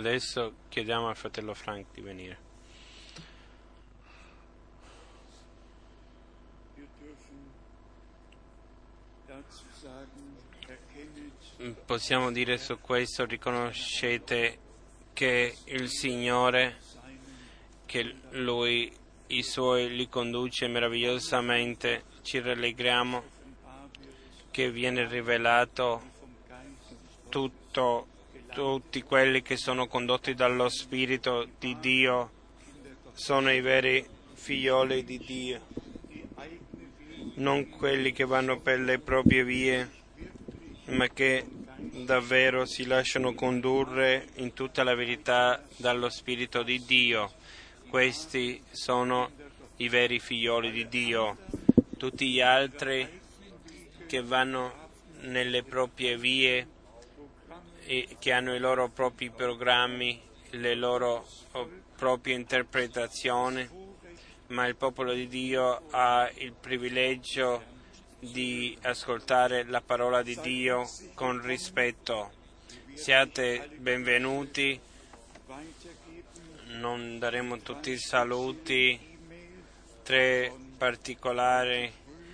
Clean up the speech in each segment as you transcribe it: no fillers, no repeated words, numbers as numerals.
Adesso chiediamo al fratello Frank di venire. Possiamo dire su questo: riconoscete che il Signore, che Lui, i Suoi, li conduce meravigliosamente. Ci rallegriamo che viene rivelato tutti quelli che sono condotti dallo Spirito di Dio sono i veri figlioli di Dio, non quelli che vanno per le proprie vie, ma che davvero si lasciano condurre in tutta la verità dallo Spirito di Dio. Questi sono i veri figlioli di Dio. Tutti gli altri che vanno nelle proprie vie e che hanno i loro propri programmi, le loro proprie interpretazioni, ma il popolo di Dio ha il privilegio di ascoltare la parola di Dio con rispetto. Siate benvenuti. Non daremo tutti i saluti, 3 particolari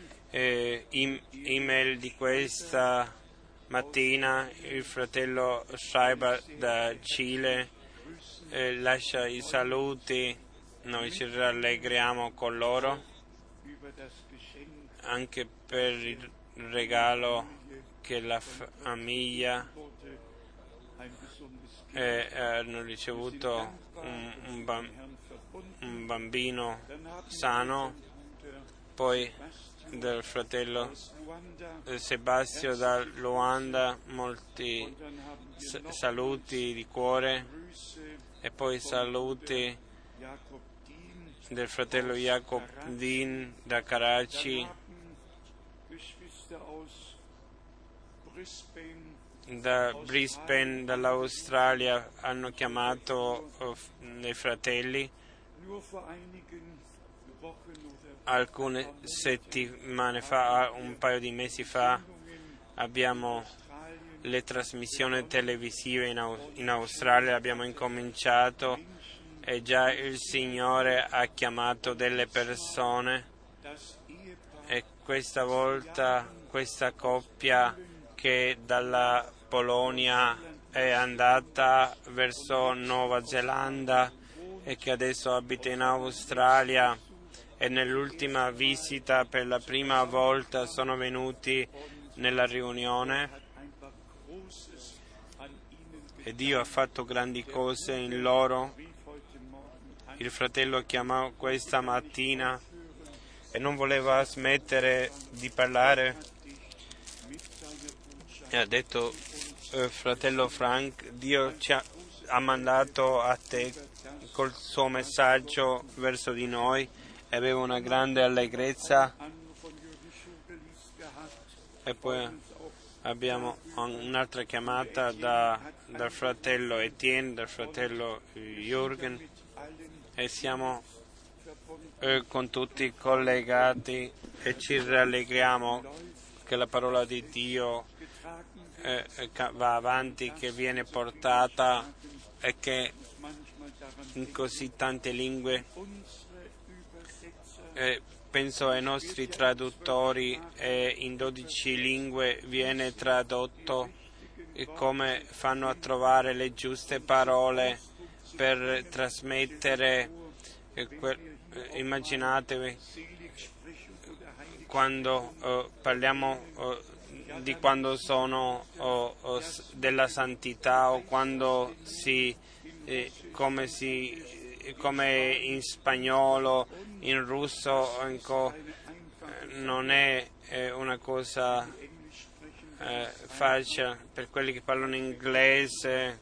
email di questa mattina. Il fratello Schreiber da Cile lascia i saluti, noi ci rallegriamo con loro anche per il regalo che la famiglia hanno ricevuto, un bambino sano. Poi del fratello Sebastio da Luanda, molti saluti di cuore, e poi saluti del fratello Jacob Dean da Karachi, da Brisbane, dall'Australia hanno chiamato dei fratelli. Alcune settimane fa, un paio di mesi fa, abbiamo le trasmissioni televisive in Australia, abbiamo incominciato e già il Signore ha chiamato delle persone, e questa volta questa coppia che dalla Polonia è andata verso Nuova Zelanda e che adesso abita in Australia, e nell'ultima visita per la prima volta sono venuti nella riunione, e Dio ha fatto grandi cose in loro. Il fratello chiamò questa mattina e non voleva smettere di parlare, e ha detto: fratello Frank, Dio ha mandato a te col suo messaggio verso di noi, e avevo una grande allegrezza. E poi abbiamo un'altra chiamata dal fratello Etienne, dal fratello Jürgen, e siamo con tutti collegati, e ci rallegriamo che la parola di Dio va avanti, che viene portata, e che in così tante lingue, penso ai nostri traduttori, e in 12 lingue viene tradotto, e come fanno a trovare le giuste parole per trasmettere. Immaginatevi quando parliamo di quando sono della santità, o quando come in spagnolo, in russo, non è una cosa facile per quelli che parlano inglese.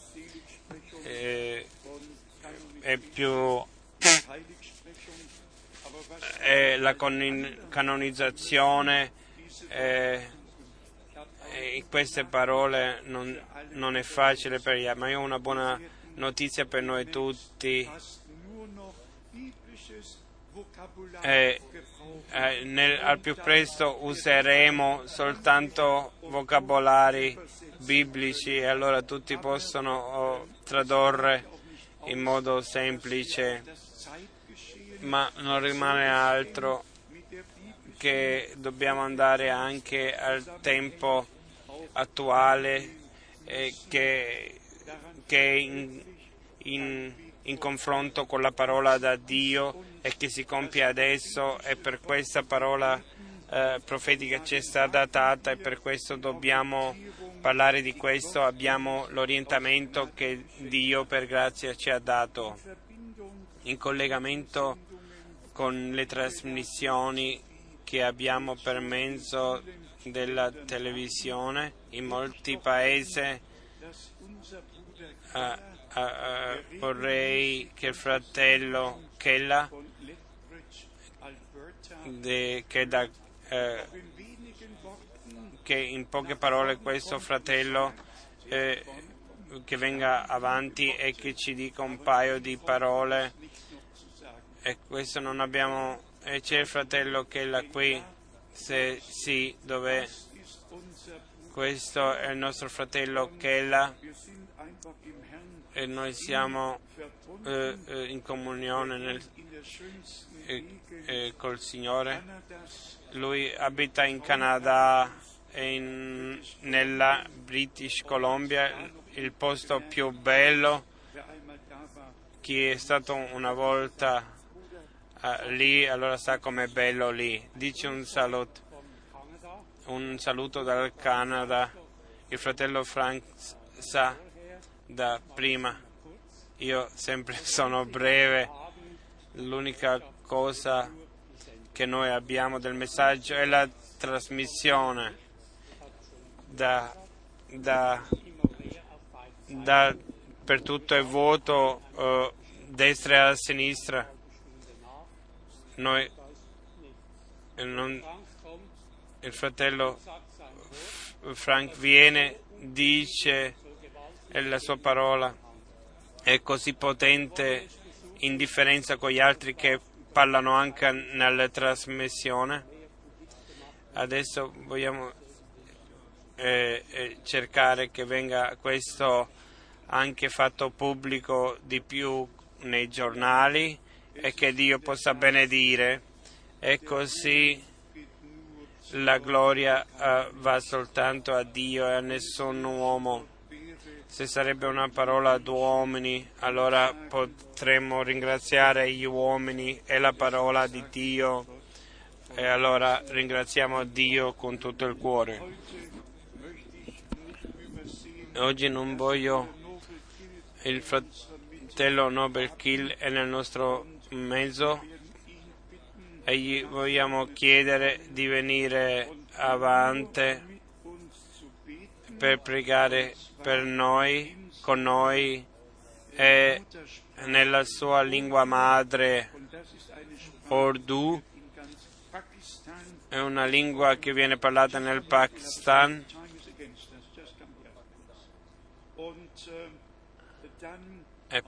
È più la canonizzazione, queste parole non è facile per gli altri, ma io ho una buona notizia per noi tutti. Al più presto useremo soltanto vocabolari biblici e allora tutti possono tradurre in modo semplice, ma non rimane altro che dobbiamo andare anche al tempo attuale che in confronto con la parola da Dio e che si compie adesso, e per questa parola profetica ci è stata data e per questo dobbiamo parlare di questo. Abbiamo l'orientamento che Dio per grazia ci ha dato in collegamento con le trasmissioni che abbiamo per mezzo della televisione in molti paesi. Vorrei che il fratello Kella che in poche parole questo fratello che venga avanti e che ci dica un paio di parole. E questo non abbiamo. E c'è il fratello Kella qui? Se sì, dov'è? Questo è il nostro fratello Kella e noi siamo in comunione col Signore. Lui abita in Canada e nella British Columbia, il posto più bello. Chi è stato una volta lì allora sa com'è bello lì. Dice un saluto dal Canada. Il fratello Frank sa da prima. Io sempre sono breve. L'unica cosa che noi abbiamo del messaggio è la trasmissione per tutto è vuoto, destra e a sinistra. Il fratello Frank viene, dice, e la sua parola è così potente in differenza con gli altri che parlano anche nella trasmissione. Adesso vogliamo cercare che venga questo anche fatto pubblico di più nei giornali e che Dio possa benedire, e così la gloria va soltanto a Dio e a nessun uomo. Se sarebbe una parola d'uomini, allora potremmo ringraziare gli uomini e la parola di Dio, e allora ringraziamo Dio con tutto il cuore. Oggi non voglio, il fratello Nobel Kill è nel nostro mezzo e gli vogliamo chiedere di venire avanti per pregare per noi, con noi, e nella sua lingua madre, Urdu, è una lingua che viene parlata nel Pakistan, e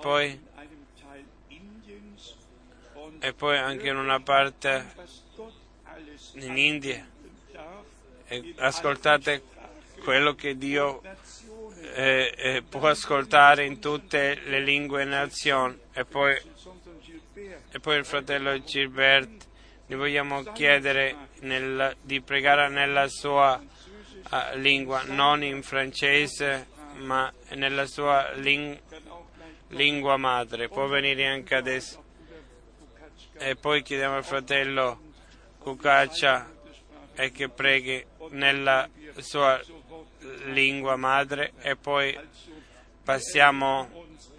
poi anche in una parte in India. E ascoltate quello che Dio può ascoltare in tutte le lingue e nazioni. E poi il fratello Gilbert, gli vogliamo chiedere di pregare nella sua lingua, non in francese, ma nella sua lingua madre. Può venire anche adesso. E poi chiediamo al fratello Cucaccia e che preghi nella sua lingua madre, e poi passiamo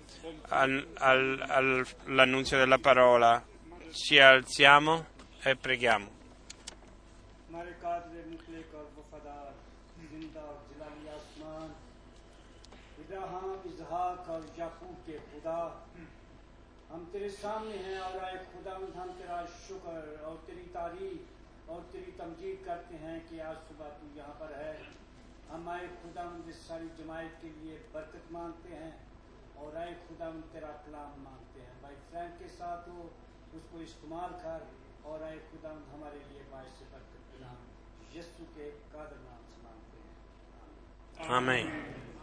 all'annunzio della parola. Ci alziamo e preghiamo. हम तेरे सामने हैं और आए खुदावंद, हम तेरा शुक्र और तेरी तारीफ और तेरी तमजीद करते हैं कि आज सुबह तू यहाँ पर है। हम आए खुदावंद इस सारी जमायत के लिए बरकत मांगते हैं और आए खुदावंद तेरा कलाम मांगते हैं। भाई फ्रैंक के साथ हो, उसको इस्तेमाल कर, और आए खुदावंद हमारे लिए बाइस से बरकत कलाम यीशु के कादर नाम से मांगते हैं। Amen.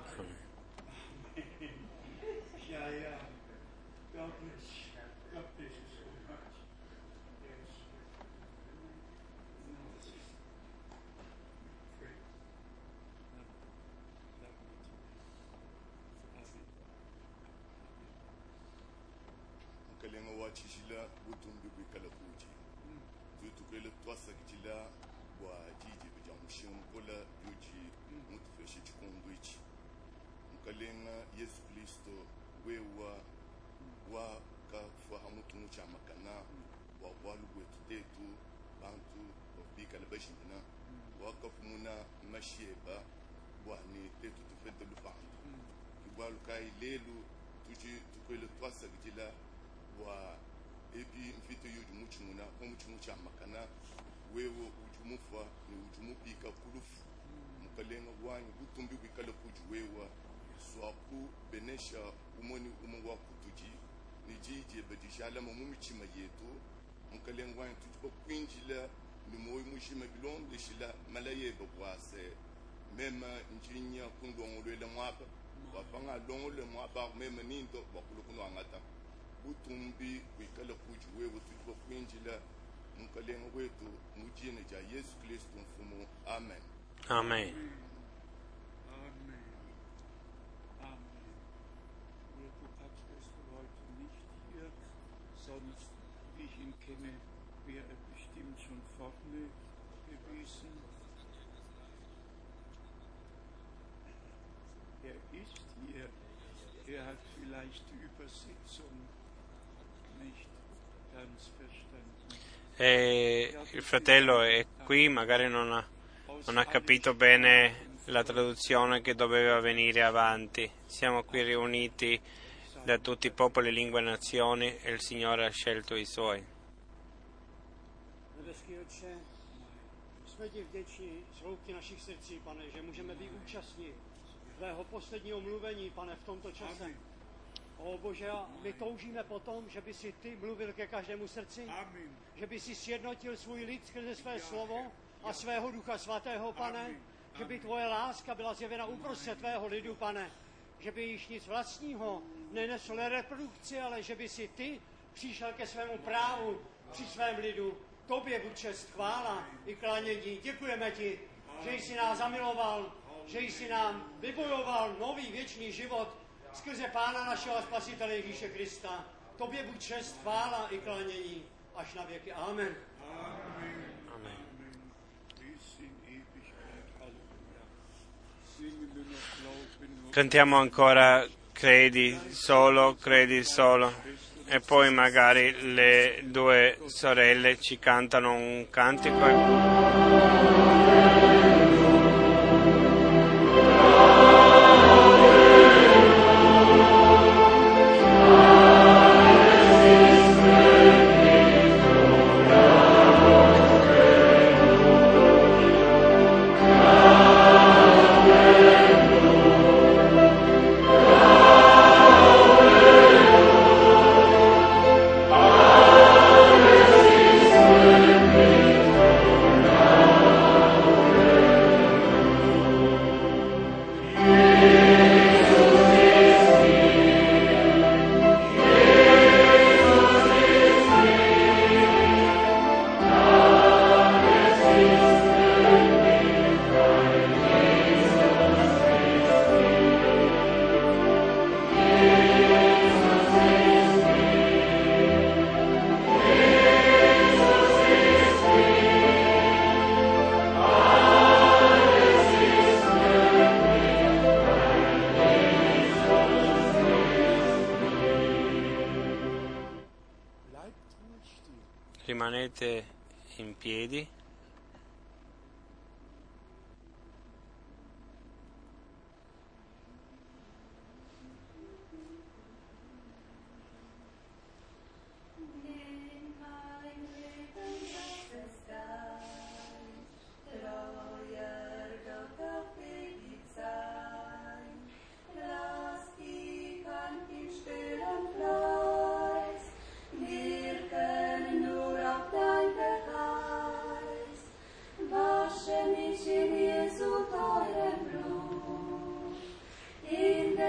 Chishila butumbi bikala kuji tutukele twasa kitila wa jiji bijamushin kola yuji mutufeshi chikundwichi mkalenga Yesu Kristo wewa wa ka fahamu tunu cha makana wa walu wetu tetu bantu bikala bashina wa kafumuna mashieba wa ni tetu tufete lupandu kibalu kai lelu tuji tukele twasa kitila wa epi mfito yuju muchuna kwa muchunu cha makana wewo ujumufa ni ujumupika kulufu mkalenga wanyu butumbi wikala kuju wewa swaku benesha umoni umu wa kutuji ni jiji bedishala mumichima yetu mkalenga wanyu tujiba kwinjila ni moyo mushima bilonde shila malaye bwase mema njinya kundongolwela mwapa wafanga longole mwapa mema nindo bakulukuno angata utumbi wikala kuju wewe tujiba kwinjila mkalenga wetu mujine ja Yesu Kristo mfumo. Amen. Amen. Du bist heute nicht hier, sonst, wie ich ihn kenne, wäre er bestimmt schon vorne gewesen. Er ist hier. Er hat vielleicht die Übersetzung nicht ganz verstanden. Il fratello è qui, magari non ha capito bene la traduzione che doveva venire avanti. Siamo qui riuniti da tutti i popoli, lingue e nazioni e il Signore ha scelto i Suoi. Nebeský Otče, jsme ti vděční z hloubky našich srdcí, Pane, že můžeme být účastní tvého posledního mluvení, Pane, v tomto čase. O Bože, my toužíme potom, že by si ty mluvil ke každému srdci, že by si sjednotil svůj lid skrze své slovo a svého Ducha Svatého, Pane, že by tvoje láska byla zjevena uprostřed tvého lidu, Pane, že by již nic vlastního nenesl reprodukci, ale že by si ty přišel ke svému právu při svém lidu. Tobě buď čest, chvála i klanění. Děkujeme ti, že jsi nás zamiloval, že jsi nám vybojoval nový věčný život skrze Pána našeho Spasitele Ježíše Krista. Tobě buď čest, chvála i klanění až na věky. Amen. Amen. Cantiamo ancora credi solo e poi magari le due sorelle ci cantano un cantico. Rimanete in piedi. Wasche mich in Jesu teurem Blut.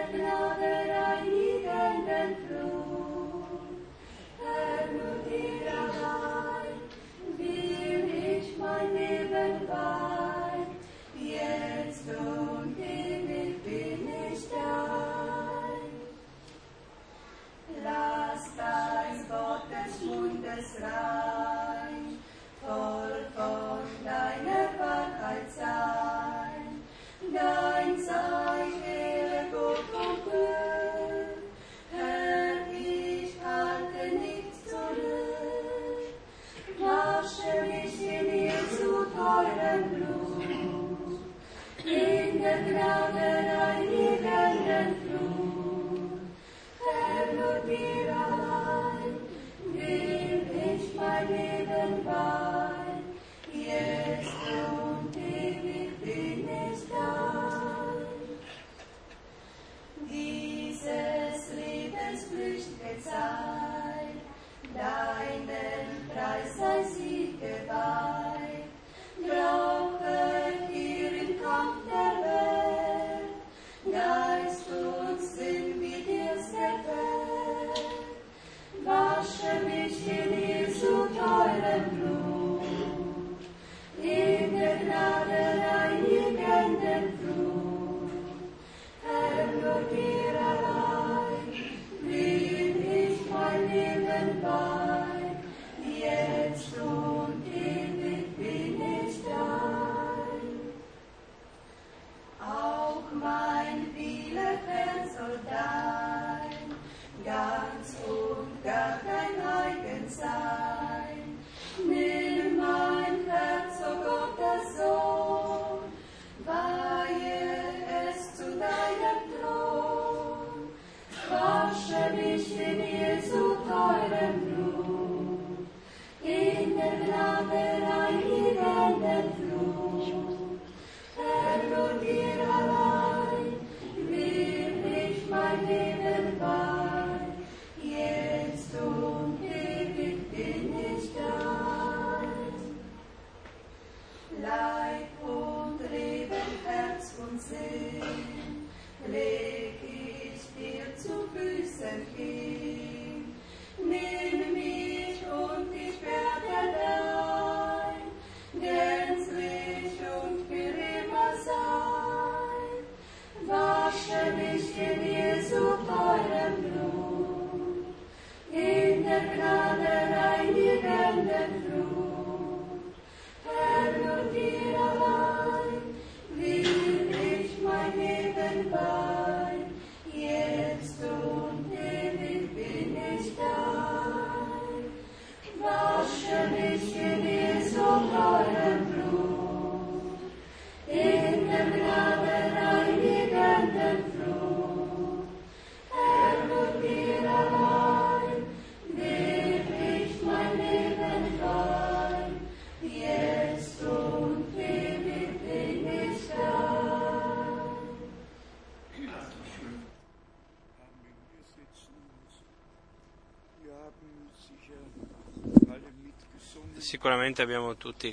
Sicuramente abbiamo tutti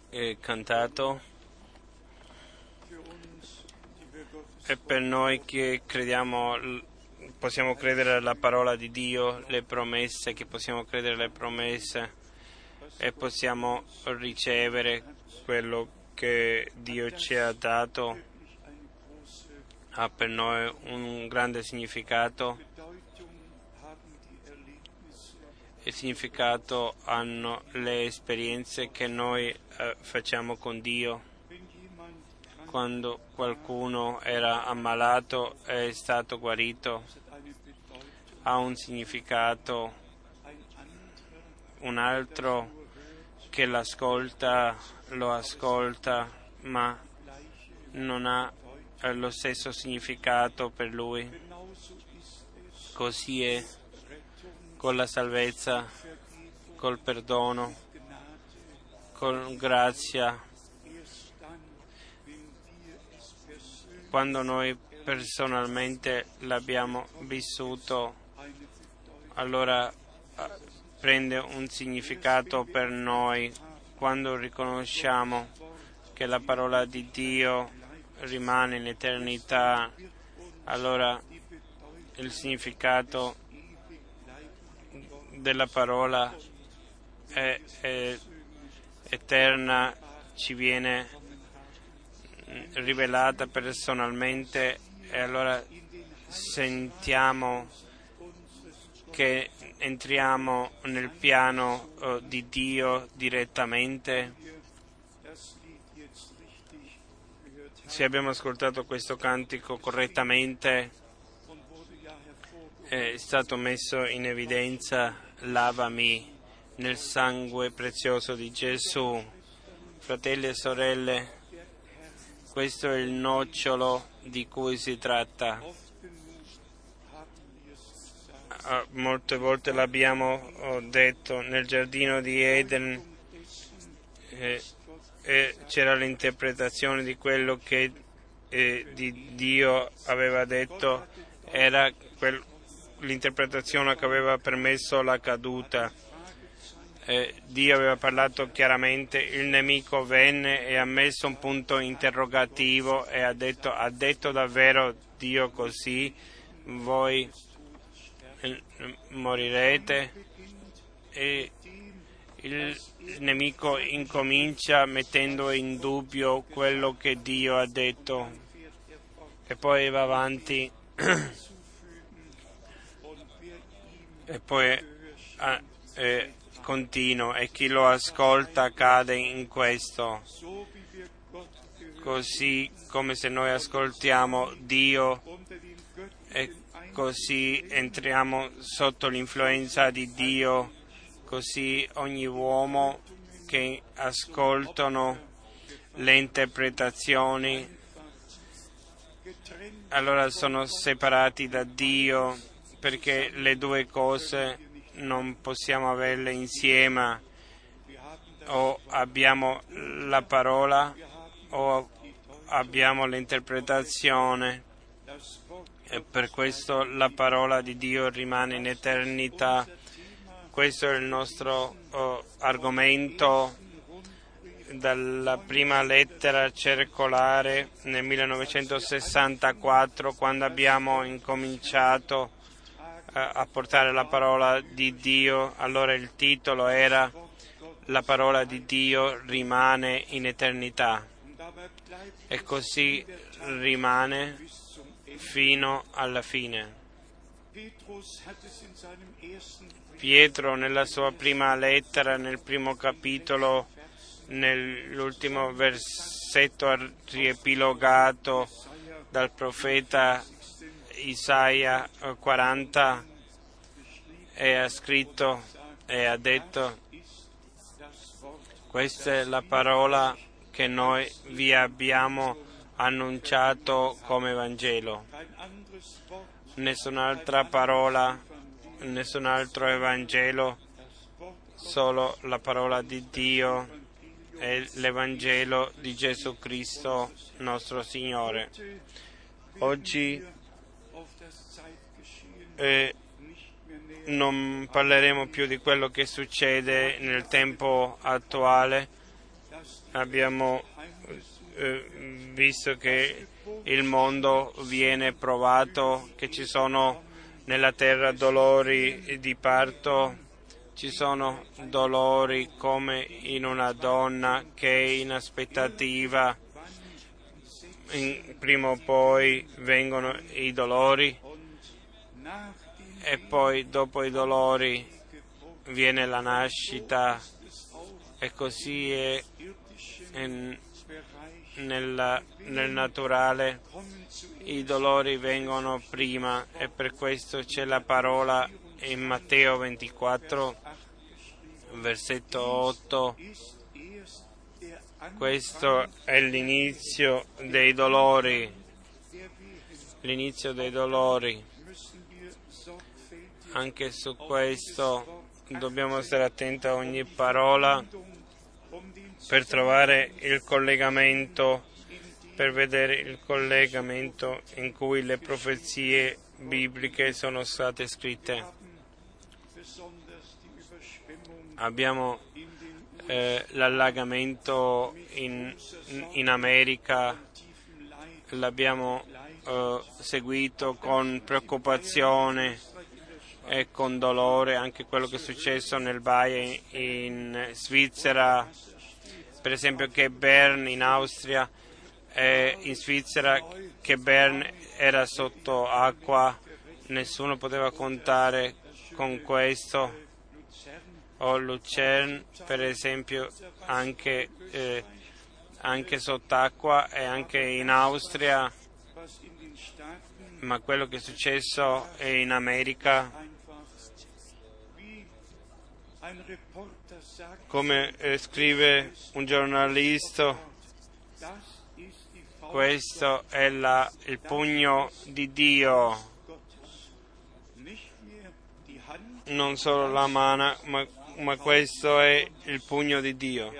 cantato, e per noi che crediamo, possiamo credere alla parola di Dio, le promesse, che possiamo credere alle promesse e possiamo ricevere quello che Dio ci ha dato, ha per noi un grande significato. Il significato hanno le esperienze che noi facciamo con Dio. Quando qualcuno era ammalato e è stato guarito, ha un significato. Un altro che l'ascolta, lo ascolta, ma non ha lo stesso significato per lui. Così è con la salvezza, col perdono, con grazia. Quando noi personalmente l'abbiamo vissuto, allora prende un significato per noi. Quando riconosciamo che la parola di Dio rimane in eternità, allora il significato della parola è eterna, ci viene rivelata personalmente, e allora sentiamo che entriamo nel piano di Dio direttamente. Se abbiamo ascoltato questo cantico correttamente, è stato messo in evidenza: lavami nel sangue prezioso di Gesù. Fratelli e sorelle, questo è il nocciolo di cui si tratta. Molte volte l'abbiamo detto, nel giardino di Eden c'era l'interpretazione di quello che di Dio aveva detto, era l'interpretazione che aveva permesso la caduta. Dio aveva parlato chiaramente, il nemico venne e ha messo un punto interrogativo e ha detto davvero Dio così? Voi morirete? E il nemico incomincia mettendo in dubbio quello che Dio ha detto e poi va avanti e poi continua, e chi lo ascolta cade in questo. Così come se noi ascoltiamo Dio e così entriamo sotto l'influenza di Dio, così ogni uomo che ascoltano le interpretazioni allora sono separati da Dio, perché le due cose non possiamo averle insieme: o abbiamo la parola o abbiamo l'interpretazione, e per questo la parola di Dio rimane in eternità. Questo è il nostro argomento dalla prima lettera circolare nel 1964, quando abbiamo incominciato a portare la parola di Dio. Allora il titolo era "La parola di Dio rimane in eternità", e così rimane fino alla fine. Pietro nella sua prima lettera, nel primo capitolo, nell'ultimo versetto riepilogato dal profeta Isaia 40, e ha scritto e ha detto: questa è la parola che noi vi abbiamo annunciato come Vangelo. Nessun'altra parola, nessun altro Evangelo, solo la parola di Dio e l'Evangelo di Gesù Cristo nostro Signore. Oggi non parleremo più di quello che succede nel tempo attuale. Abbiamo visto che il mondo viene provato, che ci sono nella terra dolori di parto, ci sono dolori come in una donna che è in aspettativa. Prima o poi vengono i dolori e poi dopo i dolori viene la nascita, e così è nel naturale. I dolori vengono prima, e per questo c'è la parola in Matteo 24, versetto 8. Questo è l'inizio dei dolori, l'inizio dei dolori. Anche su questo dobbiamo stare attenti a ogni parola per trovare il collegamento, per vedere il collegamento in cui le profezie bibliche sono state scritte. Abbiamo l'allagamento in America, l'abbiamo seguito con preoccupazione e con dolore anche quello che è successo nel Baia in Svizzera, per esempio che Bern in Austria e in Svizzera che Bern era sotto acqua, nessuno poteva contare con questo, o Lucerne per esempio anche sott'acqua e anche in Austria, ma quello che è successo in America, come scrive un giornalista, questo è il pugno di Dio, non solo la mano, ma questo è il pugno di Dio.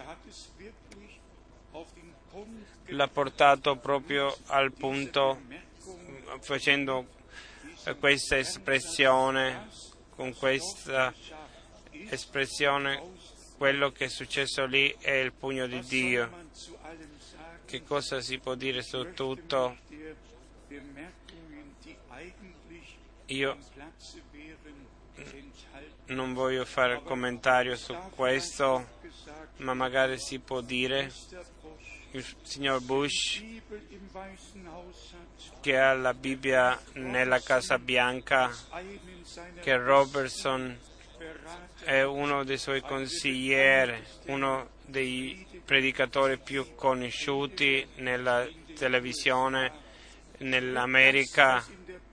L'ha portato proprio al punto, facendo questa espressione, con questa espressione, quello che è successo lì è il pugno di Dio. Che cosa si può dire su tutto? Io non voglio fare commentario su questo, ma magari si può dire il signor Bush, che ha la Bibbia nella Casa Bianca, che Robertson è uno dei suoi consiglieri, uno dei predicatori più conosciuti nella televisione nell'America,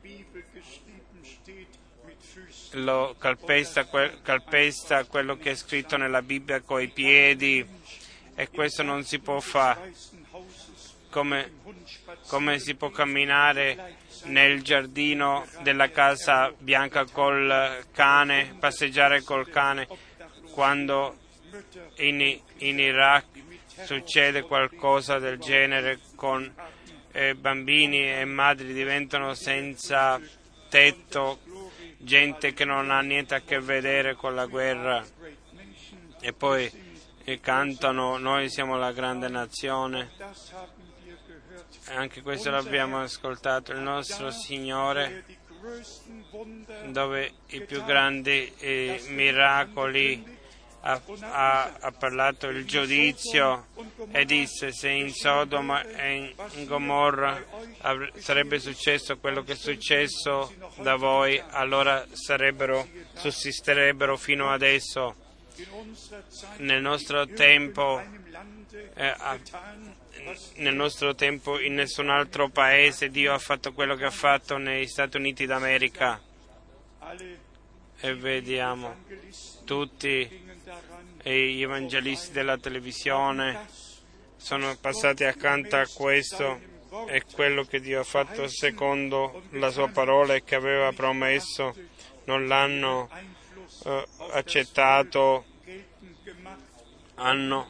lo calpesta quello che è scritto nella Bibbia coi piedi, e questo non si può fare. Come si può camminare nel giardino della Casa Bianca col cane, passeggiare col cane, quando in Iraq succede qualcosa del genere, con bambini e madri diventano senza tetto, gente che non ha niente a che vedere con la guerra, e poi cantano noi siamo la grande nazione. Anche questo l'abbiamo ascoltato, il nostro Signore, dove i più grandi miracoli ha parlato il giudizio, e disse: se in Sodoma e in Gomorra sarebbe successo quello che è successo da voi, allora sussisterebbero fino adesso. Nel nostro tempo in nessun altro paese Dio ha fatto quello che ha fatto negli Stati Uniti d'America, e vediamo tutti gli evangelisti della televisione sono passati accanto a questo, e quello che Dio ha fatto secondo la sua parola e che aveva promesso non l'hanno accettato, hanno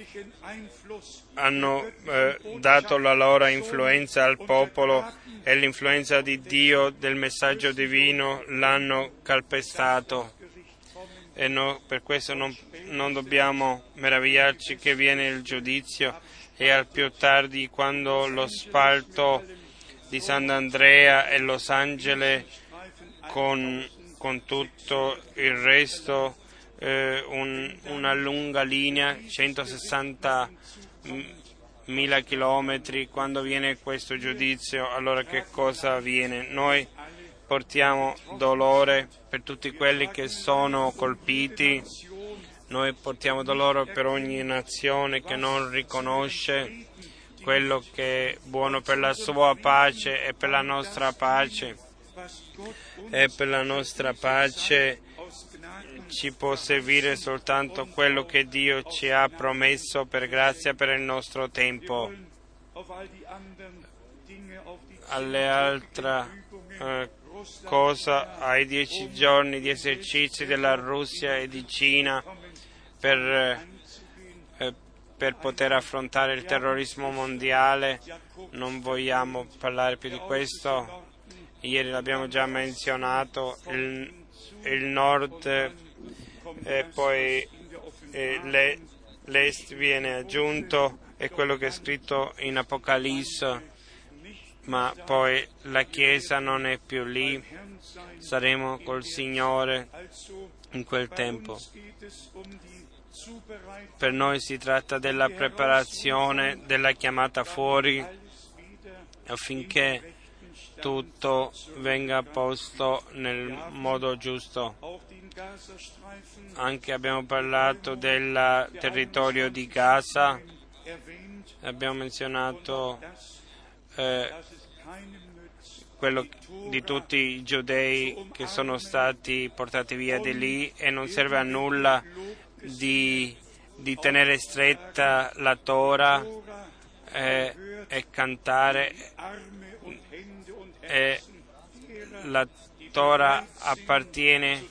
dato la loro influenza al popolo, e l'influenza di Dio, del messaggio divino, l'hanno calpestato. E per questo non dobbiamo meravigliarci che viene il giudizio, e al più tardi, quando lo spalto di Sant'Andrea e Los Angeles con tutto il resto, una lunga linea, 160.000 chilometri, quando viene questo giudizio, allora che cosa avviene? Noi portiamo dolore per tutti quelli che sono colpiti, noi portiamo dolore per ogni nazione che non riconosce quello che è buono per la sua pace e per la nostra pace. E per la nostra pace ci può servire soltanto quello che Dio ci ha promesso per grazia per il nostro tempo. Alle altre cosa, ai 10 giorni di esercizi della Russia e di Cina per poter affrontare il terrorismo mondiale, non vogliamo parlare più di questo. Ieri l'abbiamo già menzionato, il nord e poi l'est viene aggiunto, è quello che è scritto in Apocalisse. ma poi la Chiesa non è più lì, saremo col Signore in quel tempo. Per noi si tratta della preparazione della chiamata fuori affinché tutto venga posto nel modo giusto. Anche abbiamo parlato del territorio di Gaza, abbiamo menzionato quello di tutti i giudei che sono stati portati via di lì, e non serve a nulla di tenere stretta la Torah e cantare. La Torah appartiene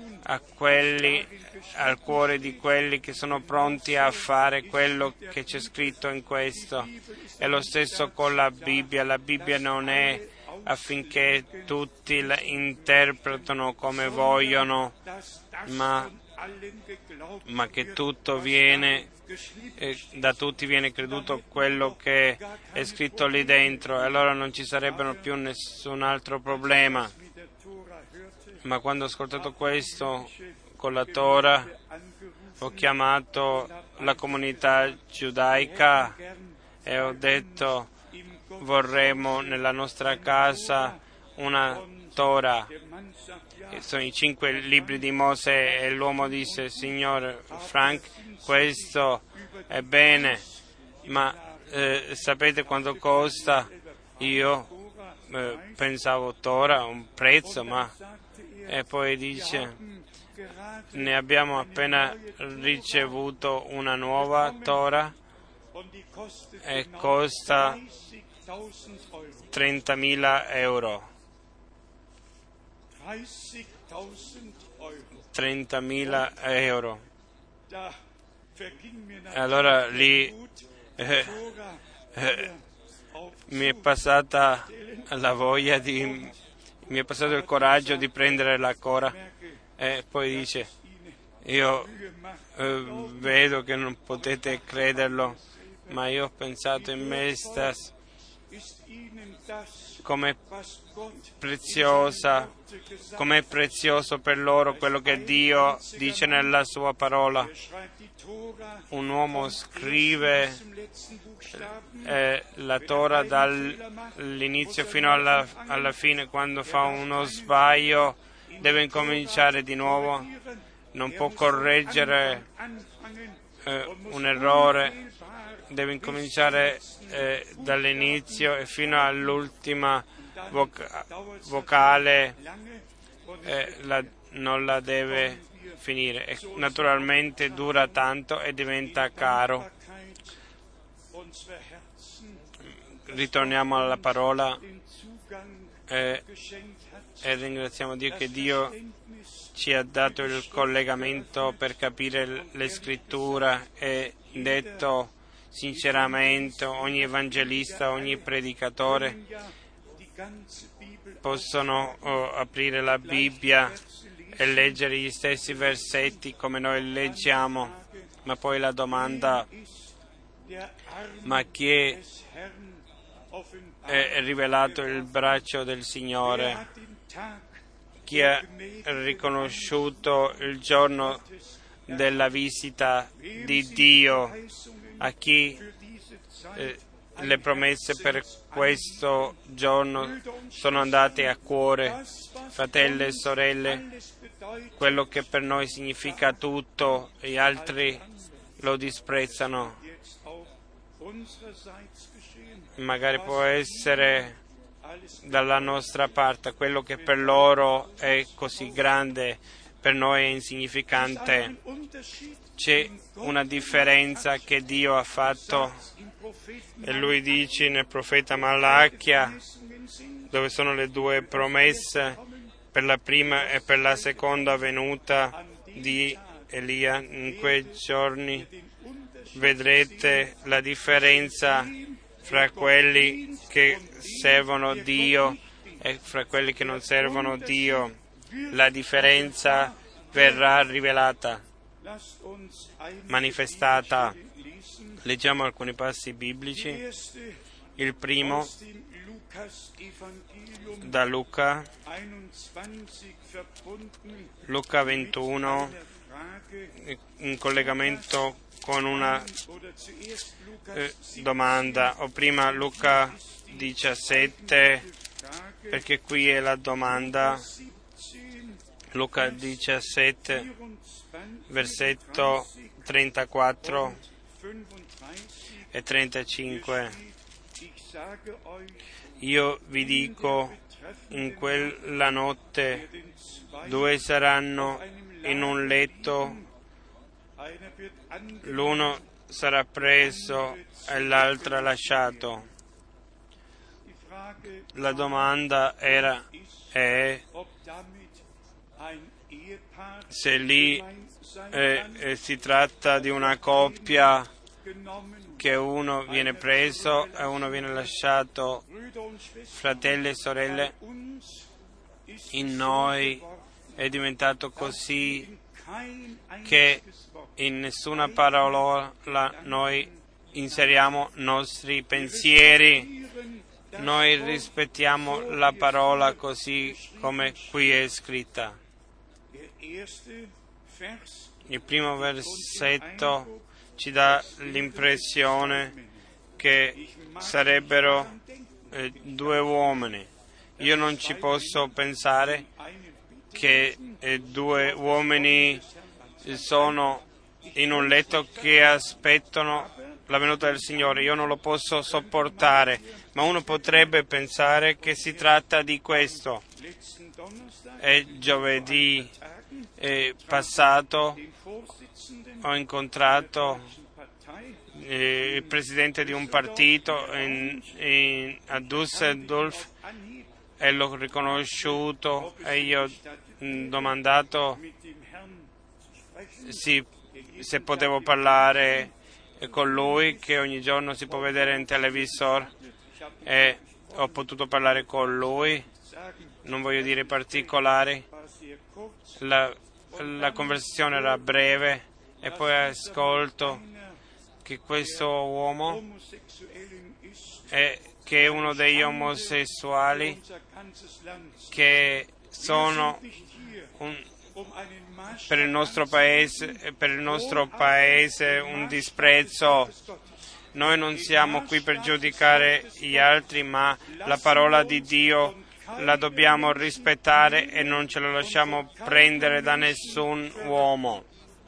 al cuore di quelli che sono pronti a fare quello che c'è scritto in questo. È lo stesso con la Bibbia. La Bibbia non è affinché tutti la interpretano come vogliono, ma che tutto viene da tutti viene creduto quello che è scritto lì dentro, e allora non ci sarebbero più nessun altro problema. Ma quando ho ascoltato questo con la Torah, ho chiamato la comunità giudaica e ho detto: vorremmo nella nostra casa una Torah. Sono i 5 libri di Mosè, e l'uomo disse: Signor Frank, questo è bene, ma sapete quanto costa? Io pensavo Torah, un prezzo, ma... E poi dice: ne abbiamo appena ricevuto una nuova Torah e costa 30.000 euro. 30.000 euro. Allora lì mi è passata la voglia mi è passato il coraggio di prendere la Cora, e poi dice: io vedo che non potete crederlo, ma io ho pensato in me stesso com'è prezioso per loro quello che Dio dice nella sua parola. Un uomo scrive la Torah dall'inizio fino alla fine. Quando fa uno sbaglio deve incominciare di nuovo, non può correggere un errore, deve incominciare dall'inizio e fino all'ultima vocale non la deve finire, e naturalmente dura tanto e diventa caro. Ritorniamo alla parola e ringraziamo Dio che Dio ci ha dato il collegamento per capire le scritture, e detto sinceramente ogni evangelista, ogni predicatore possono aprire la Bibbia e leggere gli stessi versetti come noi leggiamo, ma poi la domanda: ma chi è rivelato il braccio del Signore? Chi ha riconosciuto il giorno della visita di Dio? A chi le promesse per questo giorno sono andate a cuore? Fratelli e sorelle, quello che per noi significa tutto, gli altri lo disprezzano. Magari può essere dalla nostra parte, quello che per loro è così grande, per noi è insignificante. C'è una differenza che Dio ha fatto, e Lui dice nel profeta Malachia, dove sono le 2 promesse per la prima e per la seconda venuta di Elia: in quei giorni vedrete la differenza fra quelli che servono Dio e fra quelli che non servono Dio. La differenza verrà rivelata, manifestata. Leggiamo alcuni passi biblici. Il primo da Luca 21, in collegamento con una domanda, o prima Luca 17, perché qui è la domanda. Luca 17, versetto 34 e 35. Io vi dico, in quella notte 2 saranno in un letto, l'uno sarà preso e l'altro lasciato. La domanda è se lì si tratta di una coppia, che uno viene preso e uno viene lasciato. Fratelli e sorelle, in noi è diventato così che in nessuna parola noi inseriamo nostri pensieri. Noi rispettiamo la parola così come qui è scritta. Il primo versetto ci dà l'impressione che sarebbero 2 uomini. Io non ci posso pensare che 2 uomini sono in un letto che aspettano la venuta del Signore. Io non lo posso sopportare, ma uno potrebbe pensare che si tratta di questo. E giovedì passato ho incontrato il presidente di un partito a Düsseldorf e l'ho riconosciuto e gli ho domandato se potevo parlare con lui, che ogni giorno si può vedere in televisore, e ho potuto parlare con lui. Non voglio dire particolari, la conversazione era breve, e poi ascolto che questo uomo che è uno degli omosessuali che sono per il nostro paese un disprezzo. Noi non siamo qui per giudicare gli altri, ma la parola di Dio la dobbiamo rispettare e non ce la lasciamo prendere da nessun uomo.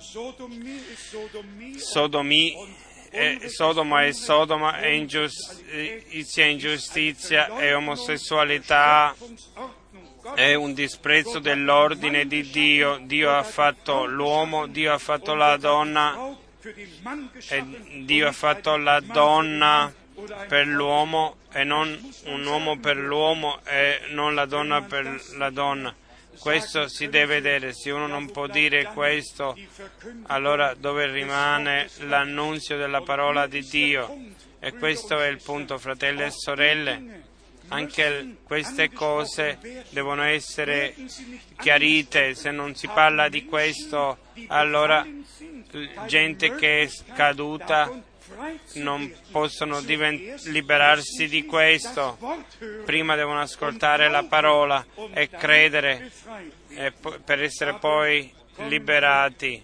Sodoma è Sodoma, è ingiustizia e omosessualità è un disprezzo dell'ordine di Dio. Dio ha fatto l'uomo, Dio ha fatto la donna, e Dio ha fatto la donna per l'uomo e non un uomo per l'uomo e non la donna per la donna. Questo si deve vedere. Se uno non può dire questo, allora dove rimane l'annunzio della parola di Dio? E questo è il punto, fratelli e sorelle. Anche queste cose devono essere chiarite. Se non si parla di questo, allora gente che è caduta non possono liberarsi di questo. Prima devono ascoltare la parola e credere per essere poi liberati.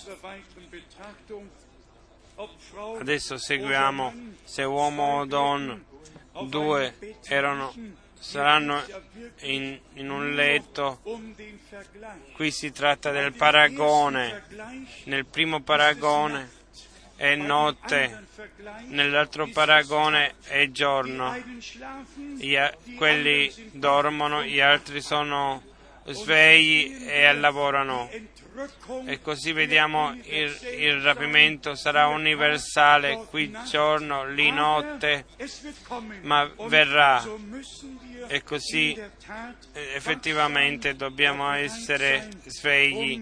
Adesso seguiamo se uomo o donna. 2 saranno in un letto. Qui si tratta del paragone. Nel primo paragone è notte, nell'altro paragone è giorno. Quelli dormono, gli altri sono svegli e lavorano. E così vediamo il rapimento sarà universale, qui giorno, lì notte, ma verrà. E così effettivamente dobbiamo essere svegli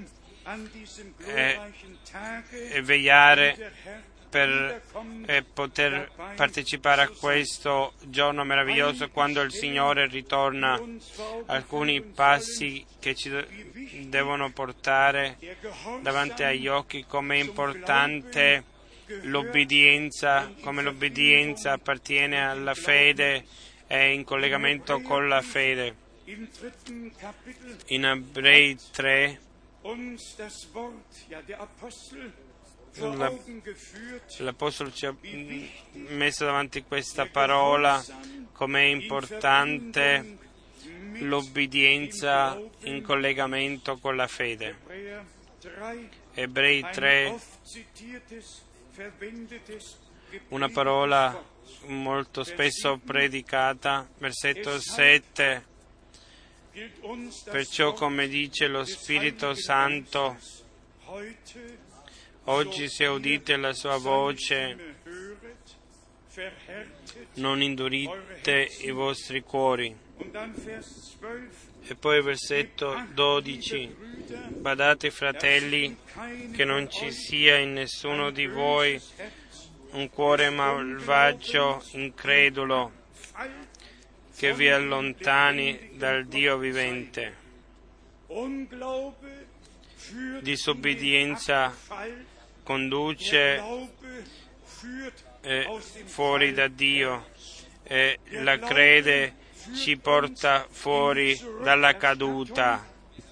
e vegliare per poter partecipare a questo giorno meraviglioso quando il Signore ritorna. Alcuni passi che ci devono portare davanti agli occhi, come è importante l'obbedienza, come l'obbedienza appartiene alla fede, è in collegamento con la fede. In Ebrei 3 l'Apostolo ci ha messo davanti questa parola, com'è importante l'obbedienza in collegamento con la fede. Ebrei 3, una parola molto spesso predicata, versetto 7. Perciò, come dice lo Spirito Santo, oggi se udite la sua voce, non indurite i vostri cuori. E poi versetto 12. Badate, fratelli, che non ci sia in nessuno di voi un cuore malvagio, incredulo, che vi allontani dal Dio vivente. Disobbedienza conduce fuori da Dio e la crede ci porta fuori dalla caduta.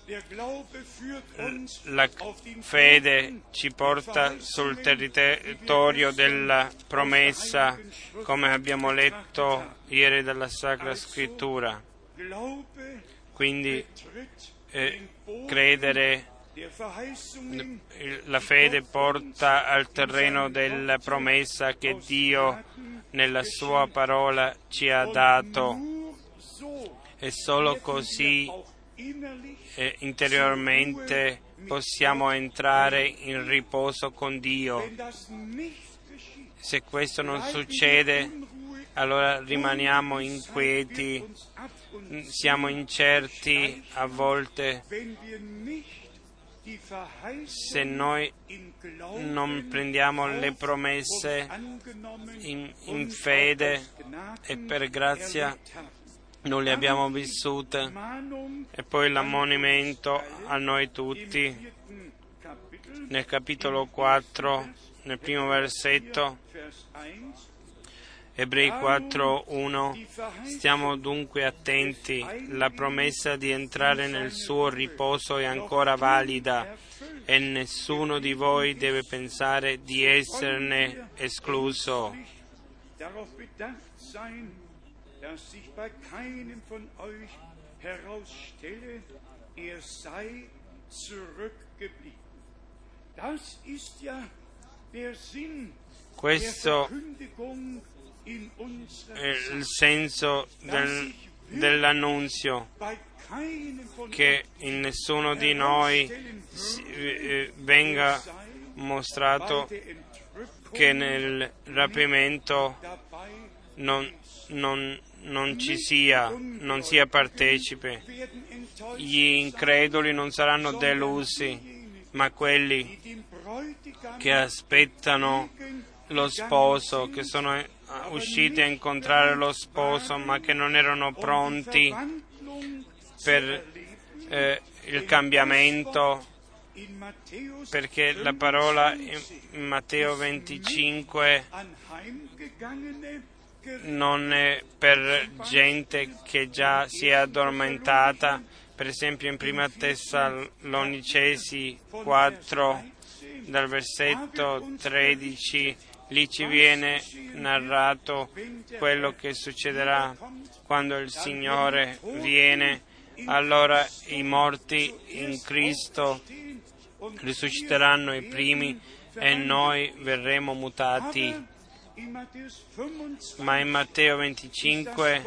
La fede ci porta sul territorio della promessa, come abbiamo letto ieri dalla Sacra Scrittura. Quindi credere, la fede porta al terreno della promessa che Dio nella sua parola ci ha dato, e solo così interiormente possiamo entrare in riposo con Dio. Se questo non succede, allora rimaniamo inquieti, siamo incerti a volte. Se noi non prendiamo le promesse in fede e per grazia non le abbiamo vissute. E poi l'ammonimento a noi tutti nel capitolo 4, nel primo versetto, Ebrei 4:1. Stiamo dunque attenti, la promessa di entrare nel suo riposo è ancora valida e nessuno di voi deve pensare di esserne escluso. Dass sich bei keinem von euch herausstelle, sei zurückgeblieben. Das ist ja der Sinn der Verkündigung in unserer Zeit. Il senso dell'annunzio, che in nessuno di noi venga mostrato che nel rapimento non ci sia, non sia partecipe. Gli increduli non saranno delusi, ma quelli che aspettano lo sposo, che sono usciti a incontrare lo sposo, ma che non erano pronti per il cambiamento, perché la parola in Matteo 25 non è per gente che già si è addormentata. Per esempio in Prima Tessalonicesi 4, dal versetto 13, lì ci viene narrato quello che succederà quando il Signore viene. Allora i morti in Cristo risusciteranno i primi e noi verremo mutati. Ma in Matteo 25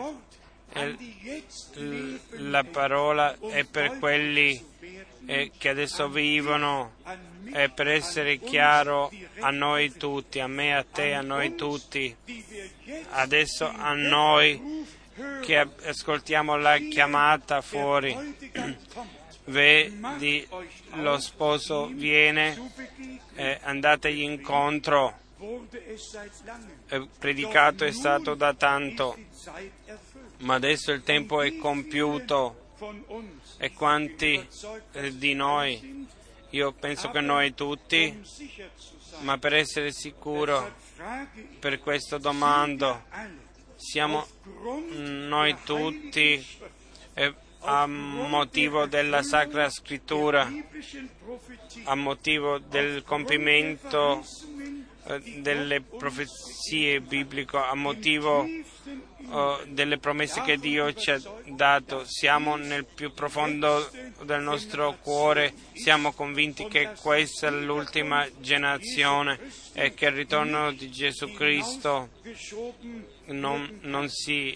la parola è per quelli che adesso vivono, è per essere chiaro a noi tutti, a me, a te, a noi tutti, adesso a noi che ascoltiamo la chiamata fuori. Vedi, lo sposo viene, andategli incontro. Predicato è stato da tanto, ma adesso il tempo è compiuto. E quanti di noi, io penso che noi tutti, Ma per essere sicuro, per questo domando, siamo noi tutti a motivo della Sacra Scrittura, a motivo del compimento delle profezie bibliche, a motivo delle promesse che Dio ci ha dato. Siamo nel più profondo del nostro cuore, siamo convinti che questa è l'ultima generazione e che il ritorno di Gesù Cristo non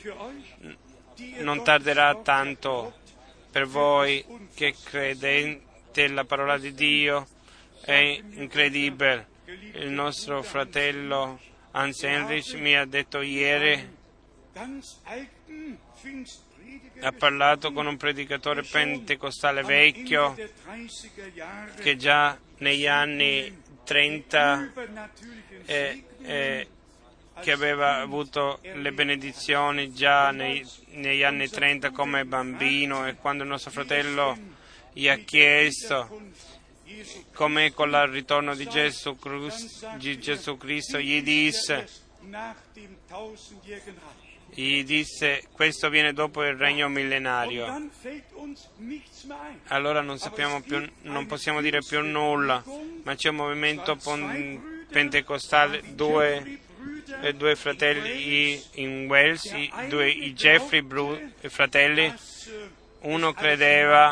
tarderà tanto. Per voi che credete la parola di Dio è incredibile. Il nostro fratello Hans Heinrich mi ha detto ieri, ha parlato con un predicatore pentecostale vecchio che già negli anni 30 che aveva avuto le benedizioni già negli anni 30 come bambino, e quando il nostro fratello gli ha chiesto come con il ritorno di Gesù Cristo, gli disse questo viene dopo il regno millenario. Allora non possiamo dire più nulla, ma c'è un movimento pentecostale, due fratelli in Wales, i Jeffrey fratelli. Uno credeva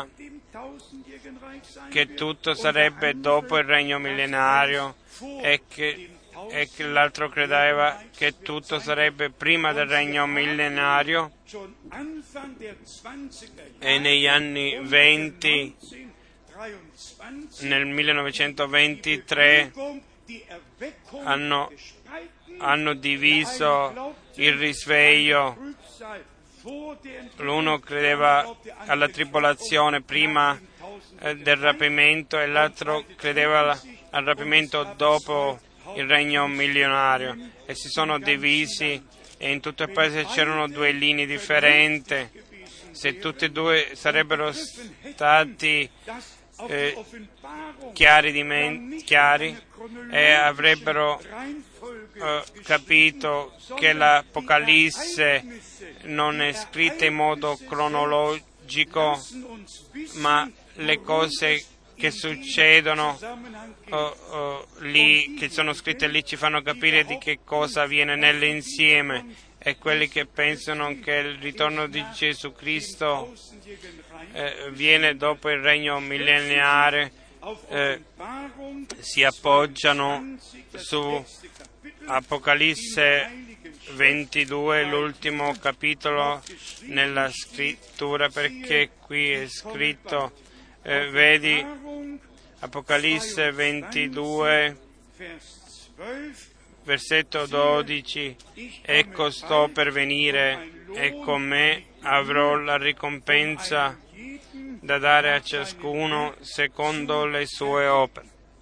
che tutto sarebbe dopo il regno millenario e che l'altro credeva che tutto sarebbe prima del regno millenario, e negli anni 20, nel 1923, hanno diviso il risveglio. L'uno credeva alla tribolazione prima del rapimento e l'altro credeva al rapimento dopo il regno millenario, e si sono divisi, e in tutto il paese c'erano due linee differenti. Se tutti e due sarebbero stati chiari e avrebbero capito che l'Apocalisse non è scritta in modo cronologico, ma le cose che succedono lì, che sono scritte lì, ci fanno capire di che cosa avviene nell'insieme. E quelli che pensano che il ritorno di Gesù Cristo viene dopo il regno millenario si appoggiano su Apocalisse 22, l'ultimo capitolo nella scrittura, perché qui è scritto, vedi, Apocalisse 22, versetto 12, ecco sto per venire e con me avrò la ricompensa da dare a ciascuno secondo le sue opere.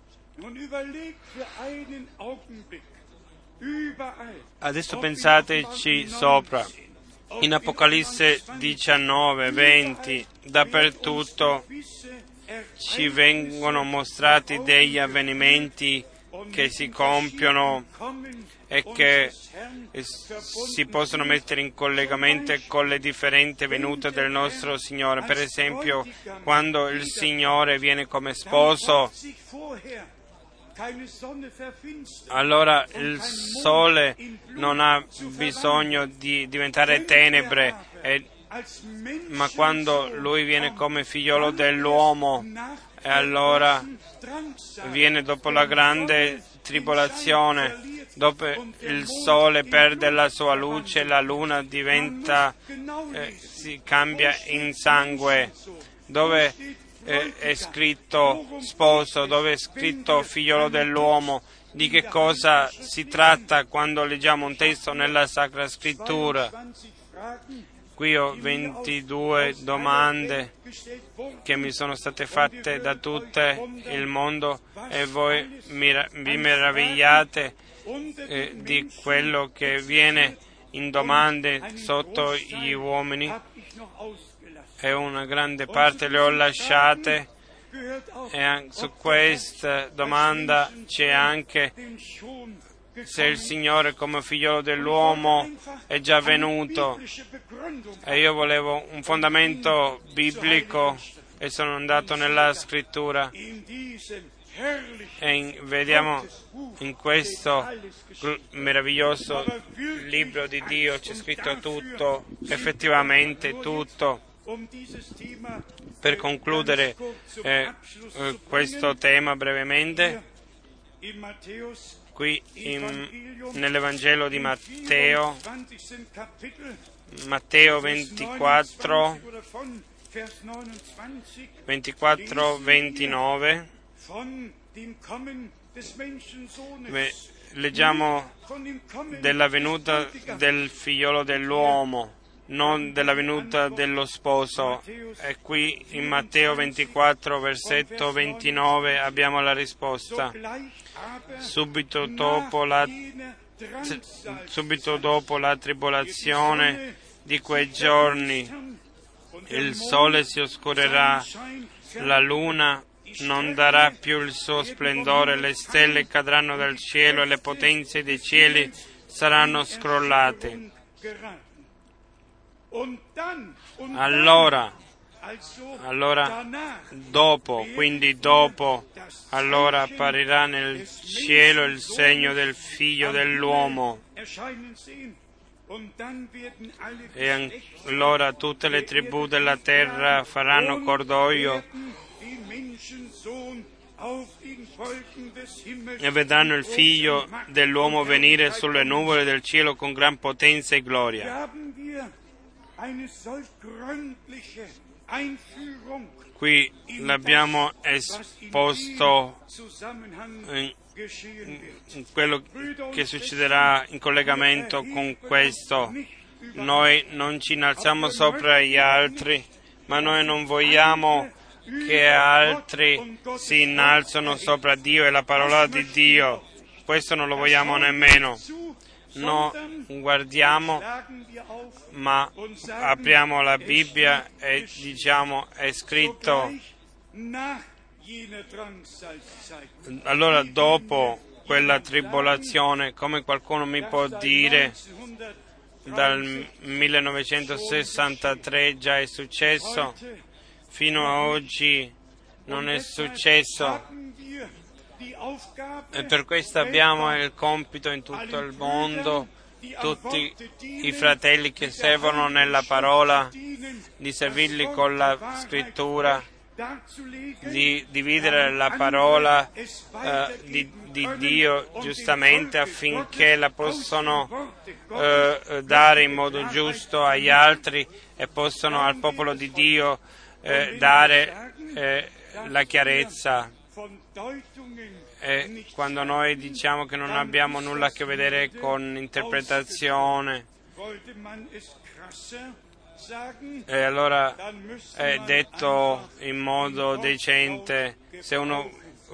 Adesso pensateci sopra, in Apocalisse 19, 20, dappertutto ci vengono mostrati degli avvenimenti che si compiono e che si possono mettere in collegamento con le differenti venute del nostro Signore. Per esempio, quando il Signore viene come sposo, allora il sole non ha bisogno di diventare tenebre, ma quando Lui viene come figliolo dell'uomo, e allora viene dopo la grande tribolazione, dove il sole perde la sua luce, la luna si cambia in sangue, dove è scritto sposo, dove è scritto figliolo dell'uomo. Di che cosa si tratta quando leggiamo un testo nella Sacra Scrittura? Qui ho 22 domande che mi sono state fatte da tutto il mondo, e voi vi meravigliate di quello che viene in domande sotto gli uomini, e una grande parte le ho lasciate E su questa domanda c'è anche se il Signore come figliolo dell'uomo è già venuto. E io volevo un fondamento biblico e sono andato nella scrittura e vediamo in questo meraviglioso libro di Dio c'è scritto tutto, effettivamente tutto. Per concludere questo tema brevemente, qui nell'Evangelo di Matteo, Matteo 24, 29, leggiamo della venuta del figliolo dell'uomo, non della venuta dello sposo. E qui in Matteo 24, versetto 29 abbiamo la risposta. Subito dopo la tribolazione di quei giorni, il sole si oscurerà, la luna non darà più il suo splendore, le stelle cadranno dal cielo e le potenze dei cieli saranno scrollate. Allora, dopo, allora apparirà nel cielo il segno del Figlio dell'uomo. E allora tutte le tribù della terra faranno cordoglio e vedranno il Figlio dell'uomo venire sulle nuvole del cielo con gran potenza e gloria. Qui l'abbiamo esposto in quello che succederà in collegamento con questo. Noi non ci innalziamo sopra gli altri, ma noi non vogliamo che altri si innalzano sopra Dio e la parola di Dio. Questo non lo vogliamo nemmeno. No, guardiamo, ma apriamo la Bibbia e diciamo è scritto. Allora dopo quella tribolazione, come qualcuno mi può dire, dal 1963 già è successo, fino a oggi non è successo. E per questo abbiamo il compito in tutto il mondo, tutti i fratelli che servono nella parola, di servirli con la scrittura, di dividere la parola di Dio giustamente affinché la possano dare in modo giusto agli altri e possano al popolo di Dio dare la chiarezza. E quando noi diciamo che non abbiamo nulla a che vedere con interpretazione, e allora è detto in modo decente, se uno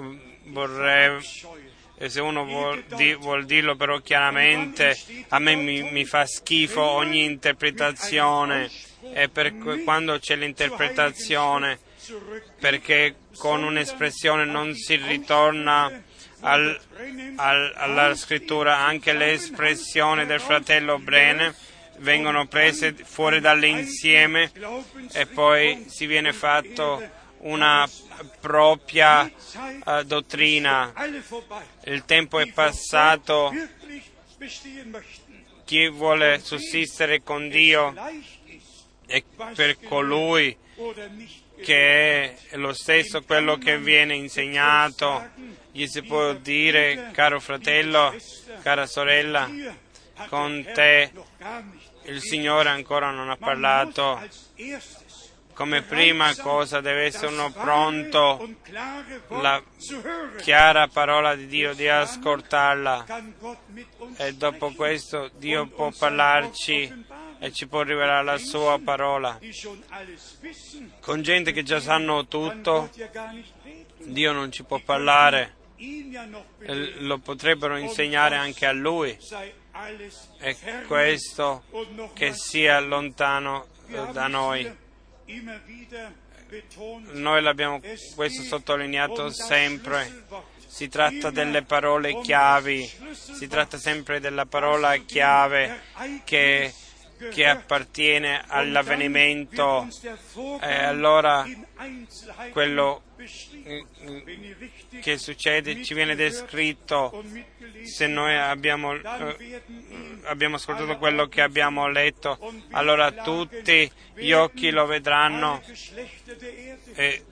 vuol dirlo però chiaramente, a me mi fa schifo ogni interpretazione, e quando c'è l'interpretazione, perché con un'espressione non si ritorna alla scrittura, anche le espressioni del fratello Brene vengono prese fuori dall'insieme e poi si viene fatto una propria dottrina. Il tempo è passato. Chi vuole sussistere con Dio è per colui che è lo stesso quello che viene insegnato. Gli si può dire: caro fratello, cara sorella, con te il Signore ancora non ha parlato. Come prima cosa deve essere uno pronto, la chiara parola di Dio, di ascoltarla, e dopo questo Dio può parlarci e ci può rivelare la sua parola. Con gente che già sanno tutto, Dio non ci può parlare, lo potrebbero insegnare anche a Lui, e questo che sia lontano da noi. Noi l'abbiamo questo sottolineato sempre. Si tratta delle parole chiavi, si tratta sempre della parola chiave che appartiene all'avvenimento, e allora quello che succede ci viene descritto. Se noi abbiamo ascoltato quello che abbiamo letto, allora tutti gli occhi lo vedranno. E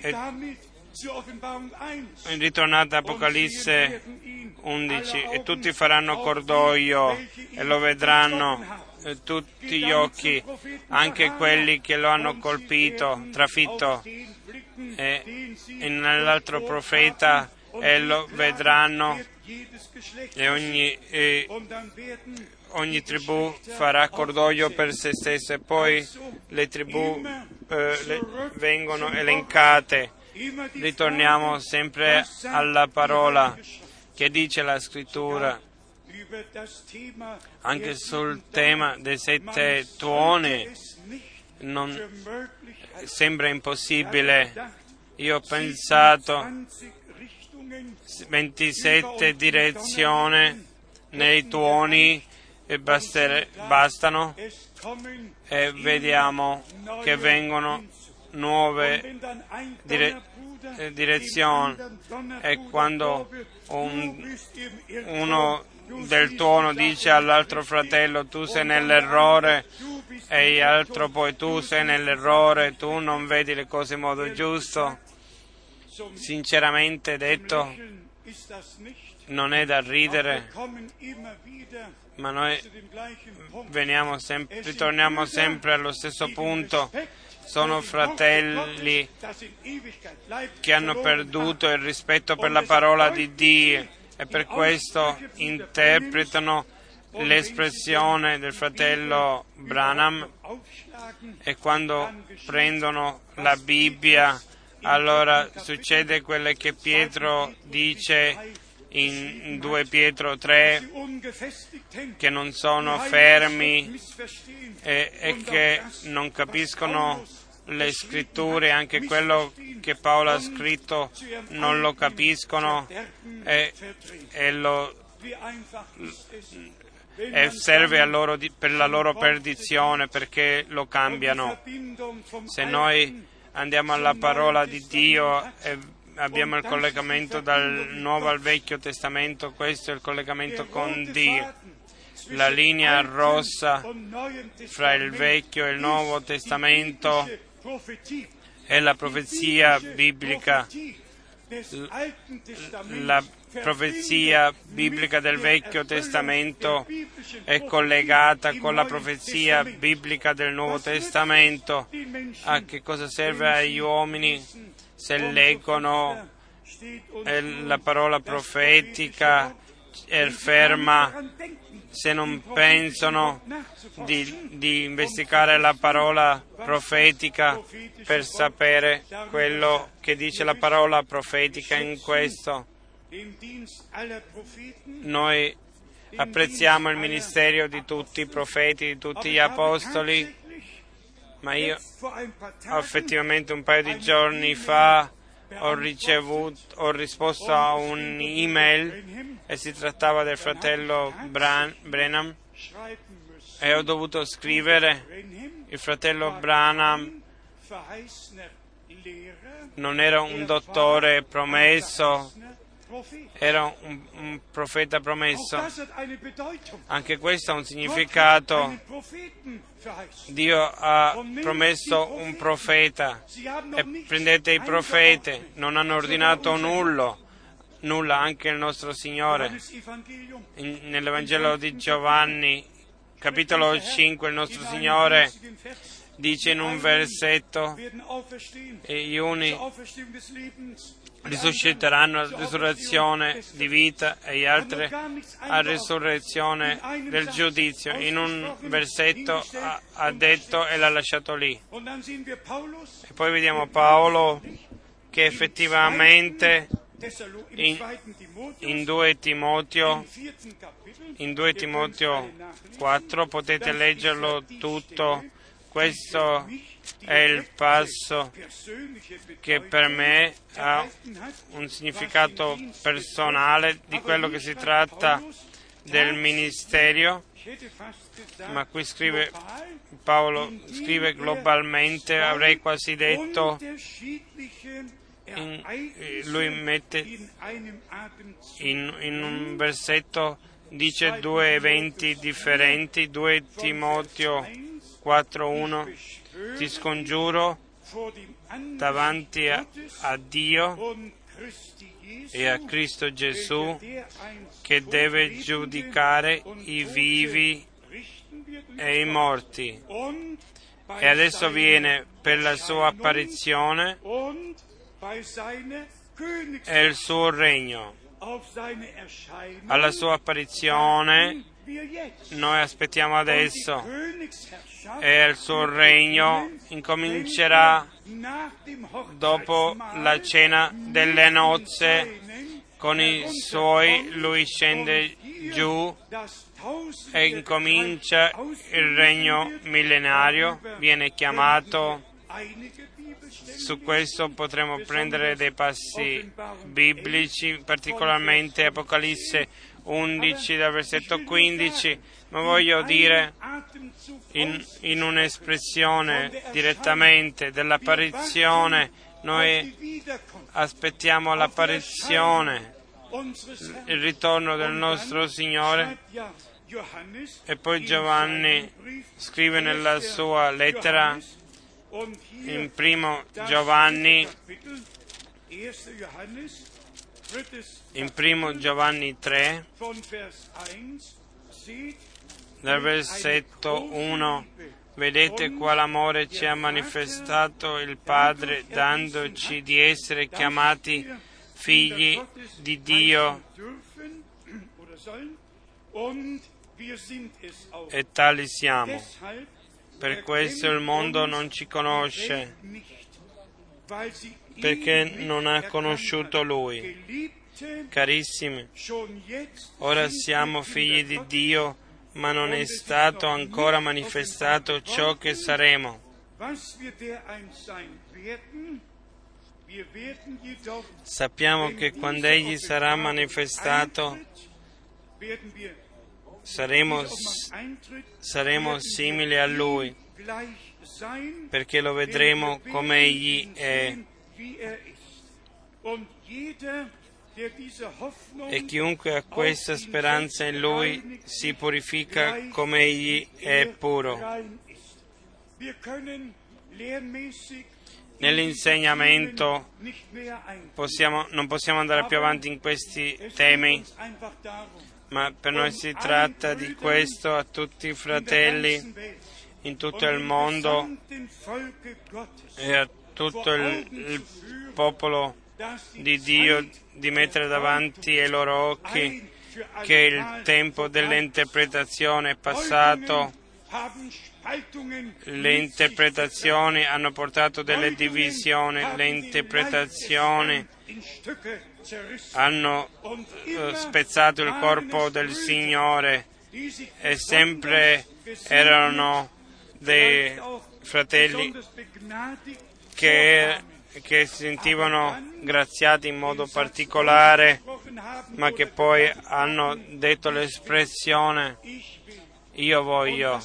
ritornate Apocalisse 11, e tutti faranno cordoglio e lo vedranno, tutti gli occhi, anche quelli che lo hanno colpito, trafitto, e nell'altro profeta, e lo vedranno, e ogni tribù farà cordoglio per se stessa, e poi le tribù vengono elencate. Ritorniamo sempre alla parola che dice la Scrittura, anche sul tema dei 7 tuoni. Non sembra impossibile. Io ho pensato 27 direzioni nei tuoni e bastano, e vediamo che vengono nuove direzioni, e quando uno del tuono dice all'altro fratello tu sei nell'errore, e l'altro poi tu sei nell'errore, tu non vedi le cose in modo giusto, sinceramente detto non è da ridere, ma noi ritorniamo sempre allo stesso punto. Sono fratelli che hanno perduto il rispetto per la parola di Dio, e per questo interpretano l'espressione del fratello Branham, e quando prendono la Bibbia allora succede quello che Pietro dice in 2 Pietro 3, che non sono fermi e che non capiscono le scritture, anche quello che Paolo ha scritto non lo capiscono, e serve a loro per la loro perdizione, perché lo cambiano. Se noi andiamo alla parola di Dio e abbiamo il collegamento dal Nuovo al Vecchio Testamento, questo è il collegamento con Dio. La linea rossa fra il Vecchio e il Nuovo Testamento è la profezia biblica. La profezia biblica del Vecchio Testamento è collegata con la profezia biblica del Nuovo Testamento. A che cosa serve agli uomini se leggono la parola profetica e ferma, se non pensano di investigare la parola profetica per sapere quello che dice la parola profetica in questo? Noi apprezziamo il ministero di tutti i profeti, di tutti gli apostoli, ma io effettivamente un paio di giorni fa ho risposto a un'email, e si trattava del fratello Branham, e ho dovuto scrivere: il fratello Branham non era un dottore promesso, era un profeta promesso. Anche questo ha un significato. Dio ha promesso un profeta, e prendete i profeti, non hanno ordinato nulla, anche il nostro Signore. Nell'Evangelo di Giovanni, capitolo 5, il nostro Signore dice in un versetto: e gli uni risusciteranno a risurrezione di vita, e gli altri a risurrezione del giudizio. In un versetto ha detto e l'ha lasciato lì. E poi vediamo Paolo che effettivamente in 2 Timoteo 4, potete leggerlo tutto, questo è il passo che per me ha un significato personale di quello che si tratta del ministero, ma qui Paolo scrive globalmente, avrei quasi detto, lui mette in un versetto, dice due eventi differenti, 2 Timoteo 4:1, ti scongiuro davanti a Dio e a Cristo Gesù, che deve giudicare i vivi e i morti. E adesso viene per la sua apparizione e il suo regno. Alla sua apparizione noi aspettiamo adesso e il suo regno incomincerà dopo la cena delle nozze con i suoi, lui scende giù e incomincia il regno millenario, viene chiamato. Su questo potremo prendere dei passi biblici, particolarmente Apocalisse 11 dal versetto 15, ma voglio dire in un'espressione direttamente dell'apparizione. Noi aspettiamo l'apparizione, il ritorno del nostro Signore. E poi Giovanni scrive nella sua lettera in primo Giovanni 3, dal versetto 1, vedete quale amore ci ha manifestato il Padre, dandoci di essere chiamati figli di Dio, e tali siamo. Per questo il mondo non ci conosce, perché non ha conosciuto Lui. Carissimi, ora siamo figli di Dio, ma non è stato ancora manifestato ciò che saremo. Sappiamo che quando Egli sarà manifestato saremo simili a Lui, perché lo vedremo come Egli è. E chiunque ha questa speranza in Lui si purifica come Egli è puro. Nell'insegnamento non possiamo andare più avanti in questi temi, ma per noi si tratta di questo a tutti i fratelli in tutto il mondo e a tutto il popolo di Dio, di mettere davanti ai loro occhi che il tempo dell'interpretazione è passato. Le interpretazioni hanno portato delle divisioni, le interpretazioni hanno spezzato il corpo del Signore e sempre erano dei fratelli che si sentivano graziati in modo particolare, ma che poi hanno detto l'espressione io voglio.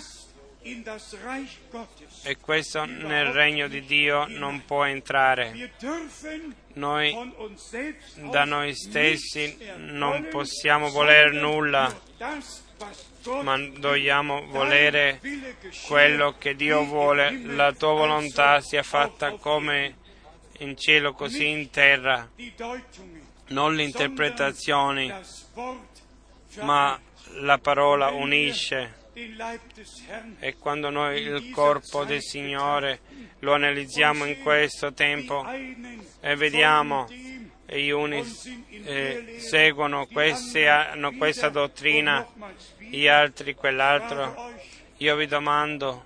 E questo nel regno di Dio non può entrare. Noi da noi stessi non possiamo voler nulla, ma dobbiamo volere quello che Dio vuole. La tua volontà sia fatta come in cielo così in terra, non le interpretazioni, ma la parola unisce. E quando noi il corpo del Signore lo analizziamo in questo tempo e vediamo e gli uni seguono questi, hanno questa dottrina, gli altri quell'altro, io vi domando,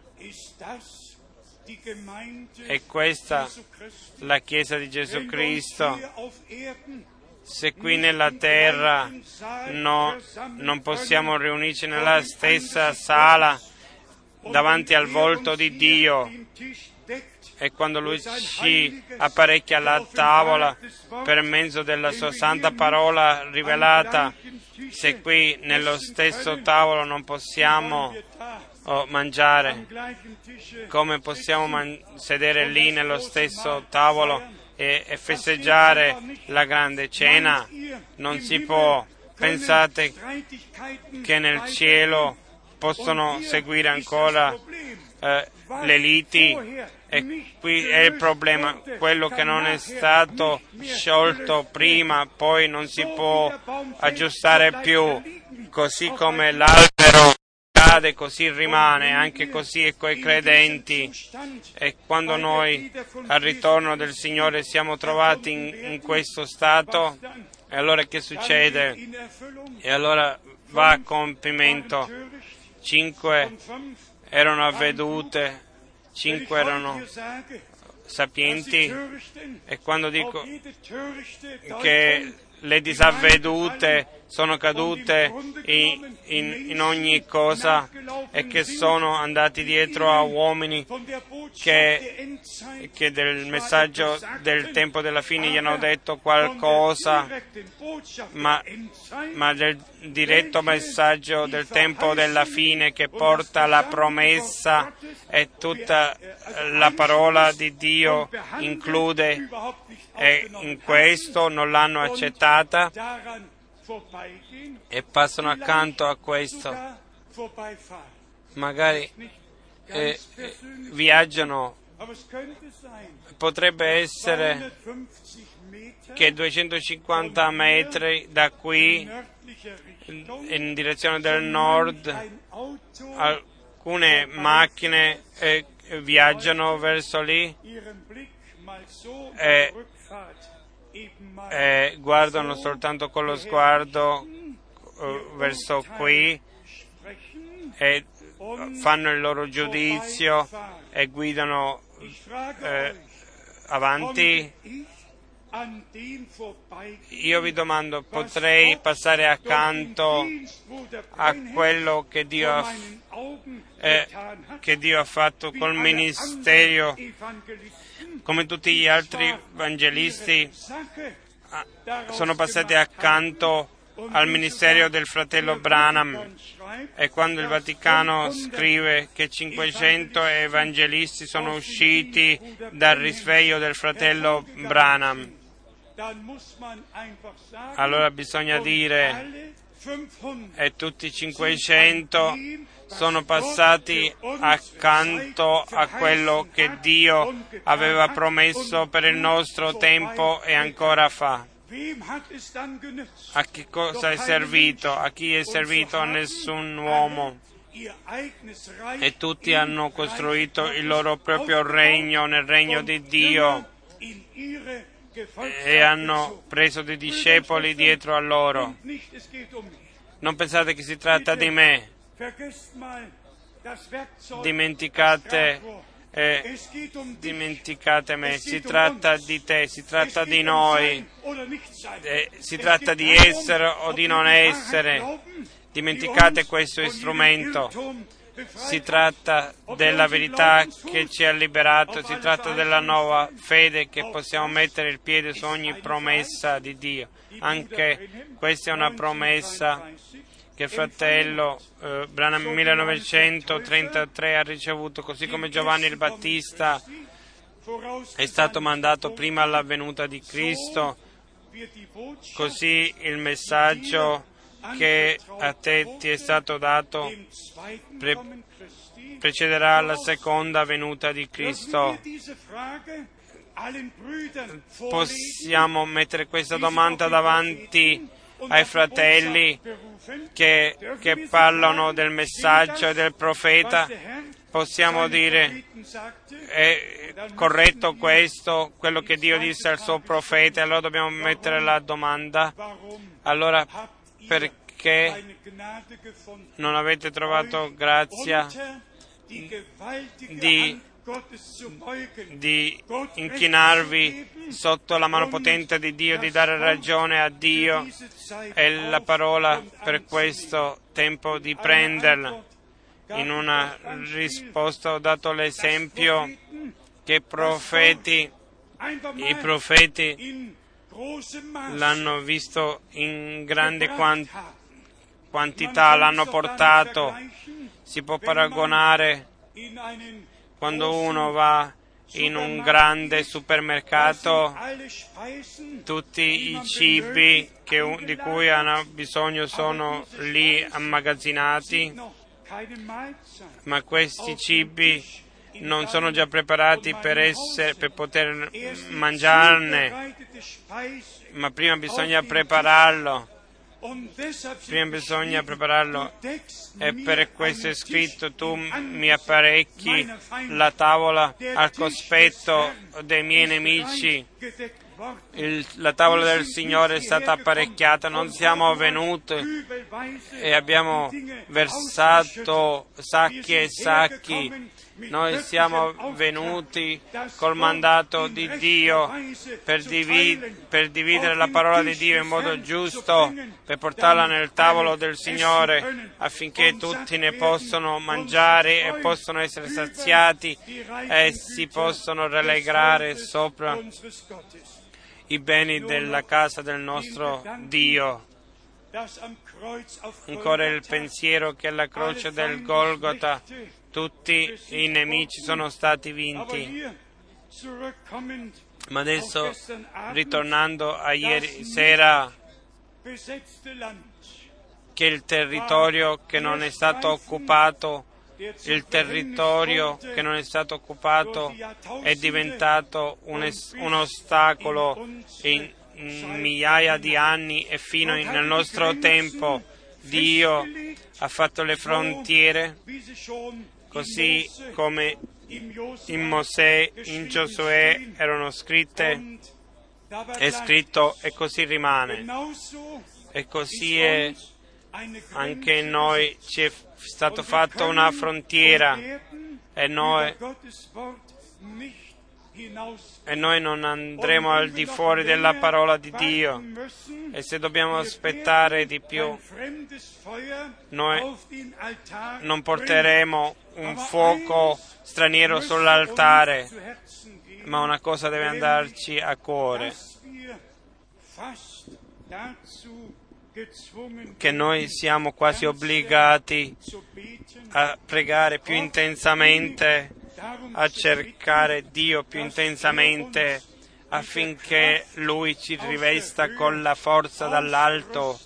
è questa la Chiesa di Gesù Cristo? Se qui nella terra non possiamo riunirci nella stessa sala davanti al volto di Dio, e quando Lui ci apparecchia la tavola per mezzo della Sua santa parola rivelata, se qui nello stesso tavolo non possiamo mangiare, come possiamo sedere lì nello stesso tavolo e festeggiare la grande cena? Non si può. Pensate che nel cielo possono seguire ancora le liti, e qui è il problema, quello che non è stato sciolto prima, poi non si può aggiustare più, così come l'albero cade, così rimane, anche così è coi credenti. E quando noi al ritorno del Signore siamo trovati in questo stato, e allora che succede? E allora va a compimento. 5 erano avvedute, 5 erano sapienti, e quando dico che le disavvedute sono cadute in ogni cosa e che sono andati dietro a uomini che del messaggio del tempo della fine gli hanno detto qualcosa, ma del diretto messaggio del tempo della fine che porta la promessa e tutta la parola di Dio include, e in questo non l'hanno accettata e passano accanto a questo, magari viaggiano. Potrebbe essere che 250 metri da qui in direzione del nord alcune macchine viaggiano verso lì e guardano soltanto con lo sguardo verso qui e fanno il loro giudizio e guidano avanti. Io vi domando, potrei passare accanto a quello che Dio ha fatto col ministero, come tutti gli altri evangelisti sono passati accanto al ministero del fratello Branham, e quando il Vaticano scrive che 500 evangelisti sono usciti dal risveglio del fratello Branham, allora bisogna dire, e tutti 500 sono passati accanto a quello che Dio aveva promesso per il nostro tempo e ancora fa. A che cosa è servito? A chi è servito? A nessun uomo. E tutti hanno costruito il loro proprio regno nel regno di Dio e hanno preso dei discepoli dietro a loro. Non pensate che si tratta di me. Dimenticate me, si tratta di te, si tratta di noi, si tratta di essere o di non essere. Dimenticate questo strumento. Si tratta della verità che ci ha liberato, si tratta della nuova fede che possiamo mettere il piede su ogni promessa di Dio. Anche questa è una promessa che il fratello Branham nel 1933 ha ricevuto, così come Giovanni il Battista è stato mandato prima alla venuta di Cristo, così il messaggio che a te ti è stato dato precederà la seconda venuta di Cristo. Possiamo mettere questa domanda davanti ai fratelli che parlano del messaggio e del profeta. Possiamo dire, è corretto questo, quello che Dio disse al suo profeta? Allora dobbiamo mettere la domanda, allora perché non avete trovato grazia di inchinarvi sotto la mano potente di Dio, di dare ragione a Dio? È la parola per questo tempo di prenderla. In una risposta ho dato l'esempio che i profeti l'hanno visto in grande quantità, l'hanno portato. Si può paragonare quando uno va in un grande supermercato, tutti i cibi di cui hanno bisogno sono lì ammagazzinati, ma questi cibi non sono già preparati per poter mangiarne, ma prima bisogna prepararlo. E per questo è scritto: tu mi apparecchi la tavola al cospetto dei miei nemici. La tavola del Signore è stata apparecchiata, non siamo venuti e abbiamo versato sacchi e sacchi. Noi siamo venuti col mandato di Dio per dividere la parola di Dio in modo giusto, per portarla nel tavolo del Signore, affinché tutti ne possano mangiare e possono essere saziati e si possono rallegrare sopra i beni della casa del nostro Dio. Ancora il pensiero che alla croce del Golgota tutti i nemici sono stati vinti. Ma adesso, ritornando a ieri sera, che il territorio che non è stato occupato, è diventato un ostacolo in migliaia di anni e fino nel nostro tempo. Dio ha fatto le frontiere, così come in Mosè, in Giosuè erano scritte, è scritto e così rimane. E così è anche in noi, ci è stata fatta una frontiera e noi non andremo al di fuori della parola di Dio. E se dobbiamo aspettare di più, noi non porteremo un fuoco straniero sull'altare, ma una cosa deve andarci a cuore, che noi siamo quasi obbligati a pregare più intensamente, a cercare Dio più intensamente, affinché Lui ci rivesta con la forza dall'alto,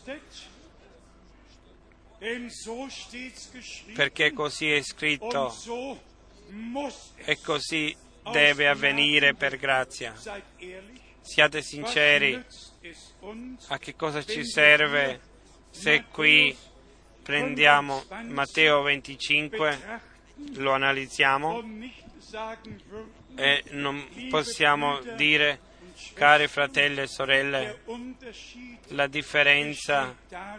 perché così è scritto e così deve avvenire per grazia. Siate sinceri, a che cosa ci serve se qui prendiamo Matteo 25, lo analizziamo e non possiamo dire: cari fratelli e sorelle, la differenza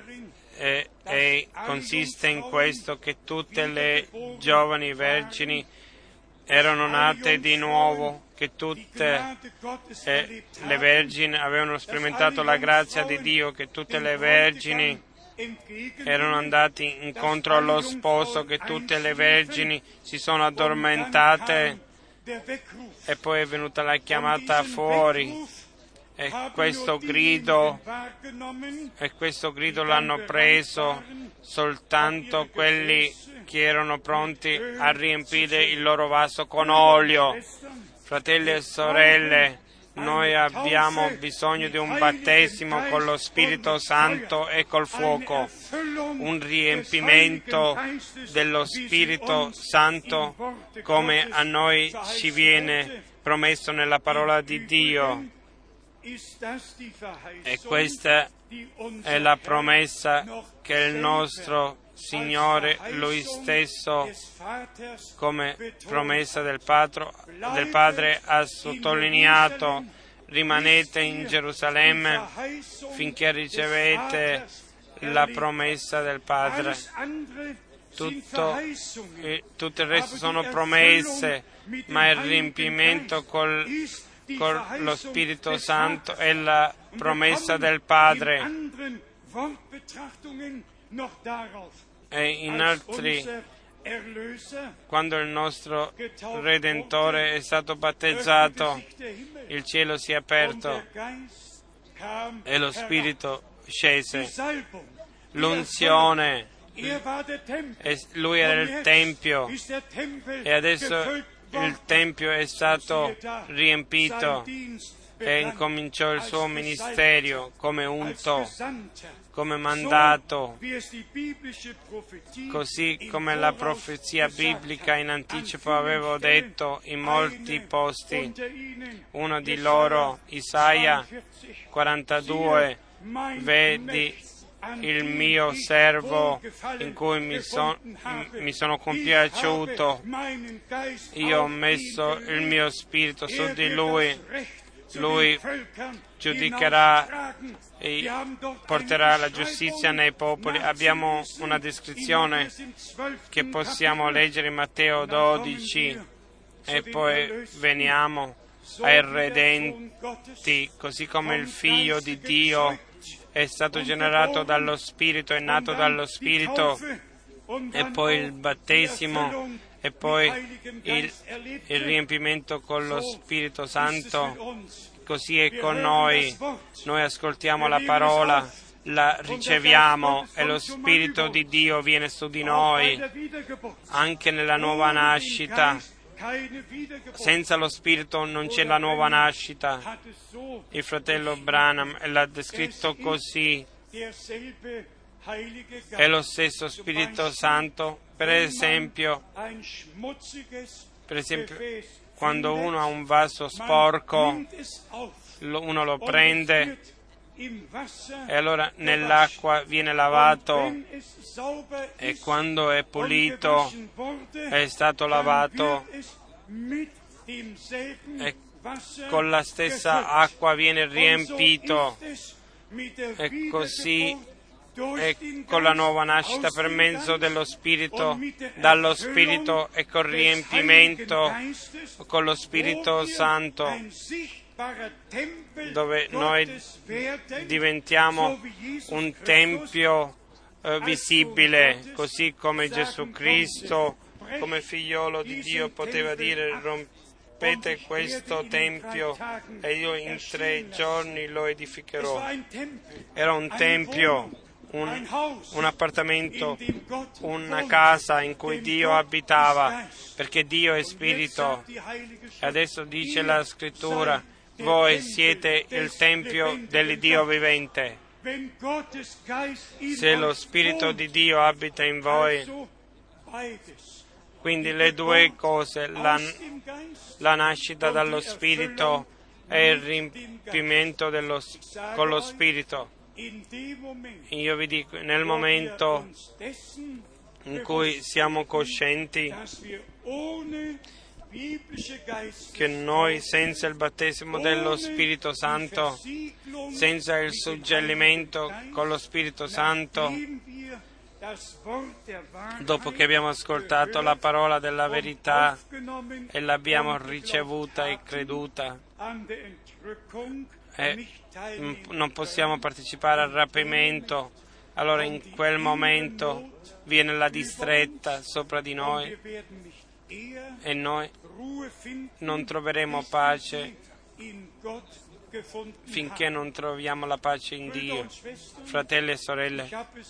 consiste in questo, che tutte le giovani vergini erano nate di nuovo, che tutte le vergini avevano sperimentato la grazia di Dio, che tutte le vergini erano andati incontro allo sposo, che tutte le vergini si sono addormentate e poi è venuta la chiamata fuori, e questo grido l'hanno preso soltanto quelli che erano pronti a riempire il loro vaso con olio. Fratelli e sorelle, noi abbiamo bisogno di un battesimo con lo Spirito Santo e col fuoco, un riempimento dello Spirito Santo come a noi ci viene promesso nella parola di Dio. E questa è la promessa che il nostro Signore, Lui stesso, come promessa del Padre, ha sottolineato: rimanete in Gerusalemme finché ricevete la promessa del Padre. Tutto il resto sono promesse, ma il riempimento con lo Spirito Santo è la promessa del Padre. E in altri Quando il nostro Redentore è stato battezzato, il cielo si è aperto e lo Spirito scese. L'unzione, lui era il Tempio e adesso il Tempio è stato riempito e incominciò il suo ministero come unto, come mandato, così come la profezia biblica in anticipo aveva detto in molti posti. Uno di loro, Isaia 42, vedi il mio servo in cui mi sono compiaciuto, io ho messo il mio spirito su di lui, lui giudicherà e porterà la giustizia nei popoli. Abbiamo una descrizione che possiamo leggere in Matteo 12 e poi veniamo ai redenti, così come il Figlio di Dio è stato generato dallo Spirito, è nato dallo Spirito, e poi il battesimo, e poi il riempimento con lo Spirito Santo. Così è con noi. Noi ascoltiamo la parola, la riceviamo e lo Spirito di Dio viene su di noi, anche nella nuova nascita. Senza lo Spirito non c'è la nuova nascita. Il fratello Branham l'ha descritto così. È lo stesso Spirito Santo. Per esempio, quando uno ha un vaso sporco, uno lo prende e allora nell'acqua viene lavato, e quando è pulito, è stato lavato, e con la stessa acqua viene riempito, e così è con la nuova nascita per mezzo dello Spirito, dallo Spirito e col riempimento con lo Spirito Santo, dove noi diventiamo un tempio visibile, così come Gesù Cristo, come figliolo di Dio, poteva dire: rompete questo tempio e io in 3 giorni lo edificherò. Era un tempio, un appartamento, una casa in cui Dio abitava, perché Dio è Spirito. E adesso dice la Scrittura: voi siete il Tempio dell'Iddio vivente. Se lo Spirito di Dio abita in voi, quindi le due cose, la nascita dallo Spirito e il riempimento con lo Spirito. Io vi dico, nel momento in cui siamo coscienti che noi senza il battesimo dello Spirito Santo, senza il suggellimento con lo Spirito Santo, dopo che abbiamo ascoltato la parola della verità e l'abbiamo ricevuta e creduta, e non possiamo partecipare al rapimento, allora in quel momento viene la distretta sopra di noi e noi non troveremo pace finché non troviamo la pace in Dio. Fratelli e sorelle,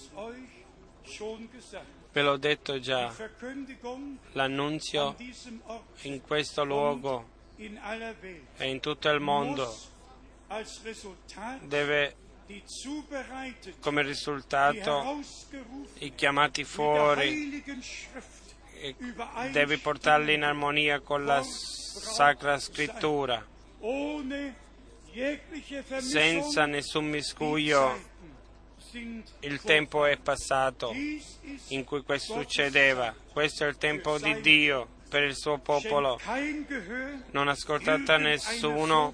ve l'ho detto già, l'annunzio in questo luogo e in tutto il mondo deve, come risultato, i chiamati fuori, devi portarli in armonia con la Sacra Scrittura, senza nessun miscuglio. Il tempo è passato in cui questo succedeva. Questo è il tempo di Dio per il suo popolo. Non ascoltate a nessuno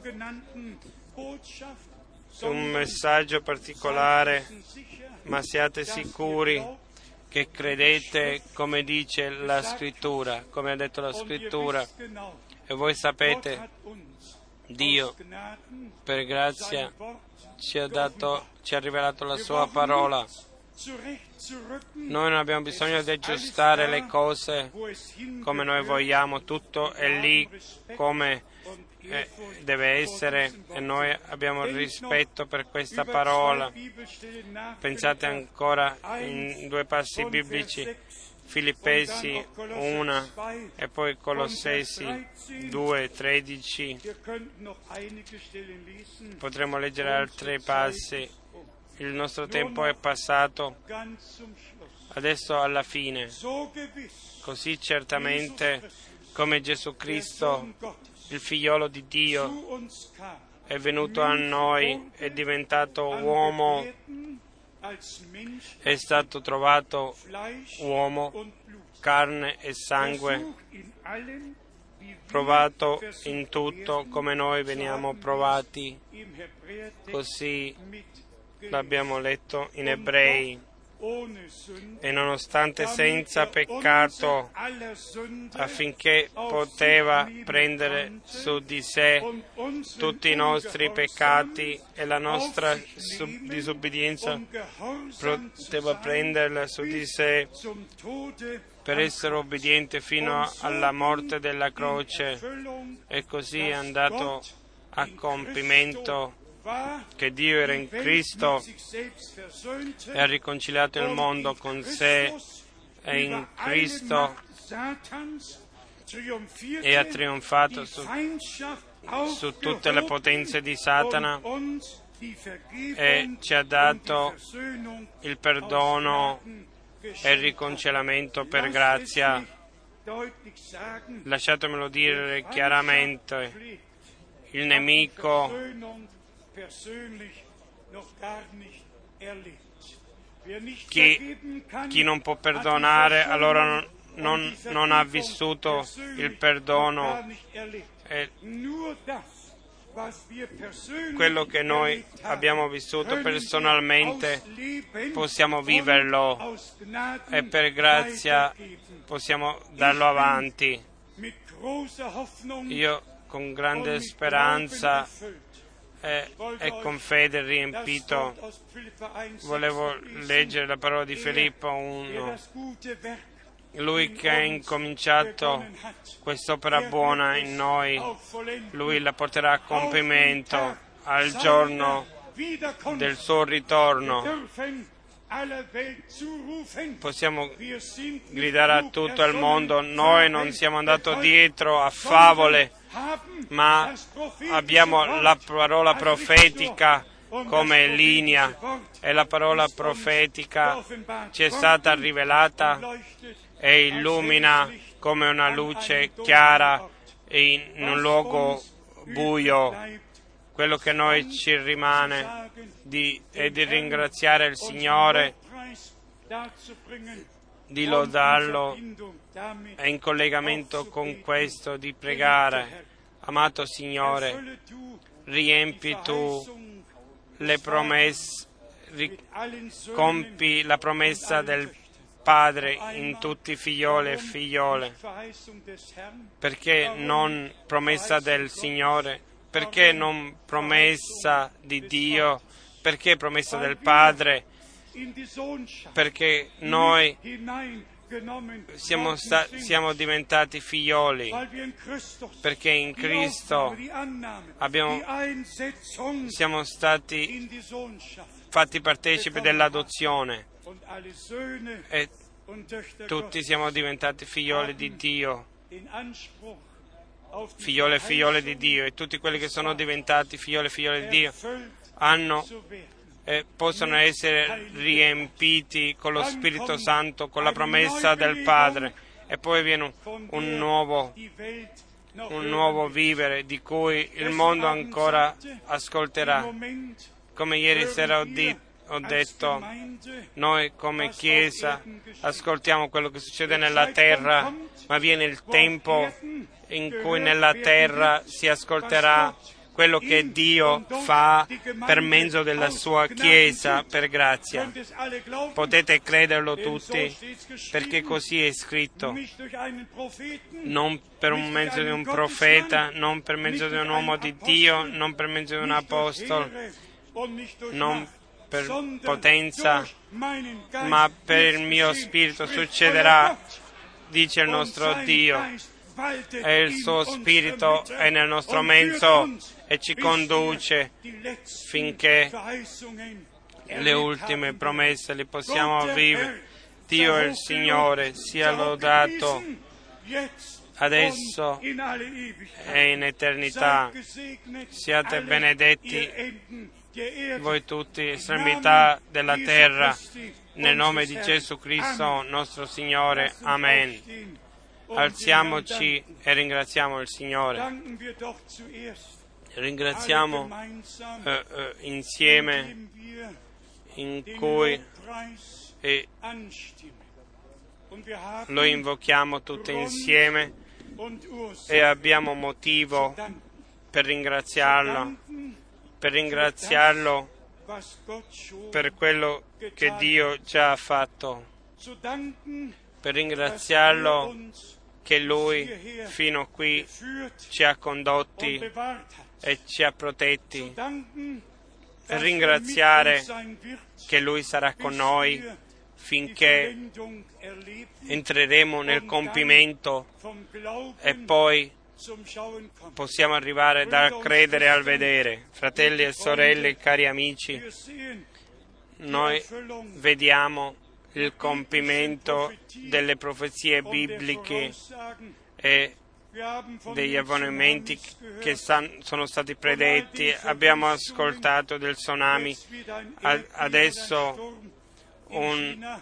un messaggio particolare, ma siate sicuri che credete come dice la Scrittura, come ha detto la Scrittura. E voi sapete, Dio per grazia ci ha rivelato la sua parola, Noi non abbiamo bisogno di aggiustare le cose come noi vogliamo, tutto è lì come deve essere e noi abbiamo rispetto per questa parola. Pensate ancora in 2 passi biblici, Filippesi 1 e poi Colossesi 2, 13. Potremmo leggere altri passi. Il nostro tempo è passato. Adesso alla fine, così certamente come Gesù Cristo, il figliolo di Dio, è venuto a noi, è diventato uomo, è stato trovato uomo, carne e sangue, provato in tutto come noi veniamo provati. Così l'abbiamo letto in Ebrei. E nonostante senza peccato, affinché poteva prendere su di sé tutti i nostri peccati e la nostra disubbidienza, poteva prenderla su di sé per essere obbediente fino alla morte della croce, e così è andato a compimento che Dio era in Cristo e ha riconciliato il mondo con sé, e in Cristo e ha trionfato su tutte le potenze di Satana e ci ha dato il perdono e il riconciliamento per grazia. Lasciatemelo dire chiaramente, il nemico chi non può perdonare allora non ha vissuto il perdono, e quello che noi abbiamo vissuto personalmente possiamo viverlo e per grazia possiamo darlo avanti. Io con grande speranza e con fede riempito volevo leggere la parola di Filippo 1. Lui che ha incominciato quest'opera buona in noi, Lui la porterà a compimento al giorno del suo ritorno. Possiamo gridare a tutto il mondo: noi non siamo andati dietro a favole, ma abbiamo la parola profetica come linea, e la parola profetica ci è stata rivelata e illumina come una luce chiara in un luogo buio. Quello che noi ci rimane è di ringraziare il Signore, di lodarlo e in collegamento con questo di pregare: amato Signore, riempi tu le promesse, compi la promessa del Padre in tutti i figlioli e figliole. Perché non promessa del Signore? Perché non promessa di Dio? Perché promessa del Padre? Perché noi siamo diventati figlioli, perché in Cristo siamo stati fatti partecipi dell'adozione e tutti siamo diventati figlioli di Dio, figliole e figliole di Dio, e tutti quelli che sono diventati figliole e figliole di Dio possono essere riempiti con lo Spirito Santo, con la promessa del Padre, e poi viene un nuovo vivere di cui il mondo ancora ascolterà. Come ieri sera ho detto, noi come Chiesa ascoltiamo quello che succede nella terra, ma viene il tempo in cui nella terra si ascolterà quello che Dio fa per mezzo della sua Chiesa, per grazia. Potete crederlo tutti, perché così è scritto. Non per mezzo di un profeta, non per mezzo di un uomo di Dio, non per mezzo di un apostolo, non per potenza, ma per il mio spirito succederà, dice il nostro Dio, e il suo spirito è nel nostro mezzo e ci conduce finché le ultime promesse le possiamo vivere. Dio il Signore sia lodato adesso e in eternità. Siate benedetti voi tutti, estremità della terra, nel nome di Gesù Cristo, nostro Signore. Amen. Alziamoci e ringraziamo il Signore. Ringraziamo insieme, in cui lo invochiamo tutti insieme e abbiamo motivo per ringraziarlo per quello che Dio già ha fatto, per ringraziarlo che Lui fino qui ci ha condotti e ci ha protetti, per ringraziare che Lui sarà con noi finché entreremo nel compimento e poi possiamo arrivare dal credere al vedere. Fratelli e sorelle, cari amici, noi vediamo il compimento delle profezie bibliche e degli avvenimenti che sono stati predetti. Abbiamo ascoltato del tsunami, adesso un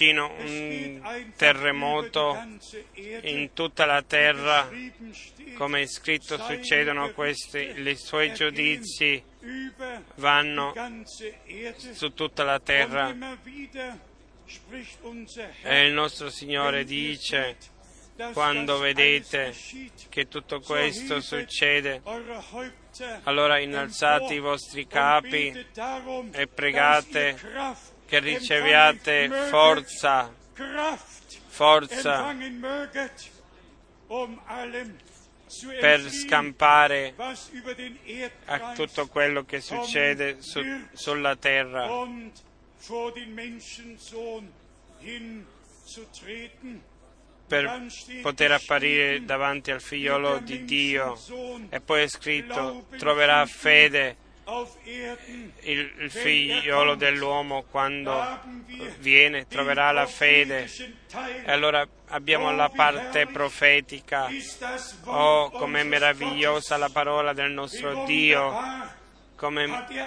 terremoto in tutta la terra. Come è scritto, succedono questi, i suoi giudizi vanno su tutta la terra. E il nostro Signore dice: quando vedete che tutto questo succede, allora innalzate i vostri capi e pregate che riceviate forza per scampare a tutto quello che succede sulla terra, per poter apparire davanti al figliolo di Dio. E poi è scritto: troverà fede il figliolo dell'uomo quando viene, troverà la fede. E allora abbiamo la parte profetica. Oh, com'è meravigliosa la parola del nostro Dio, come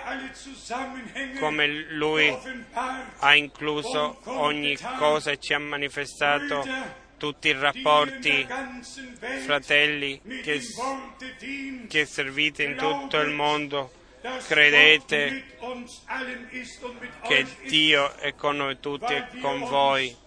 Lui ha incluso ogni cosa e ci ha manifestato tutti i rapporti. Fratelli che servite in tutto il mondo, credete che Dio è con noi tutti e con voi.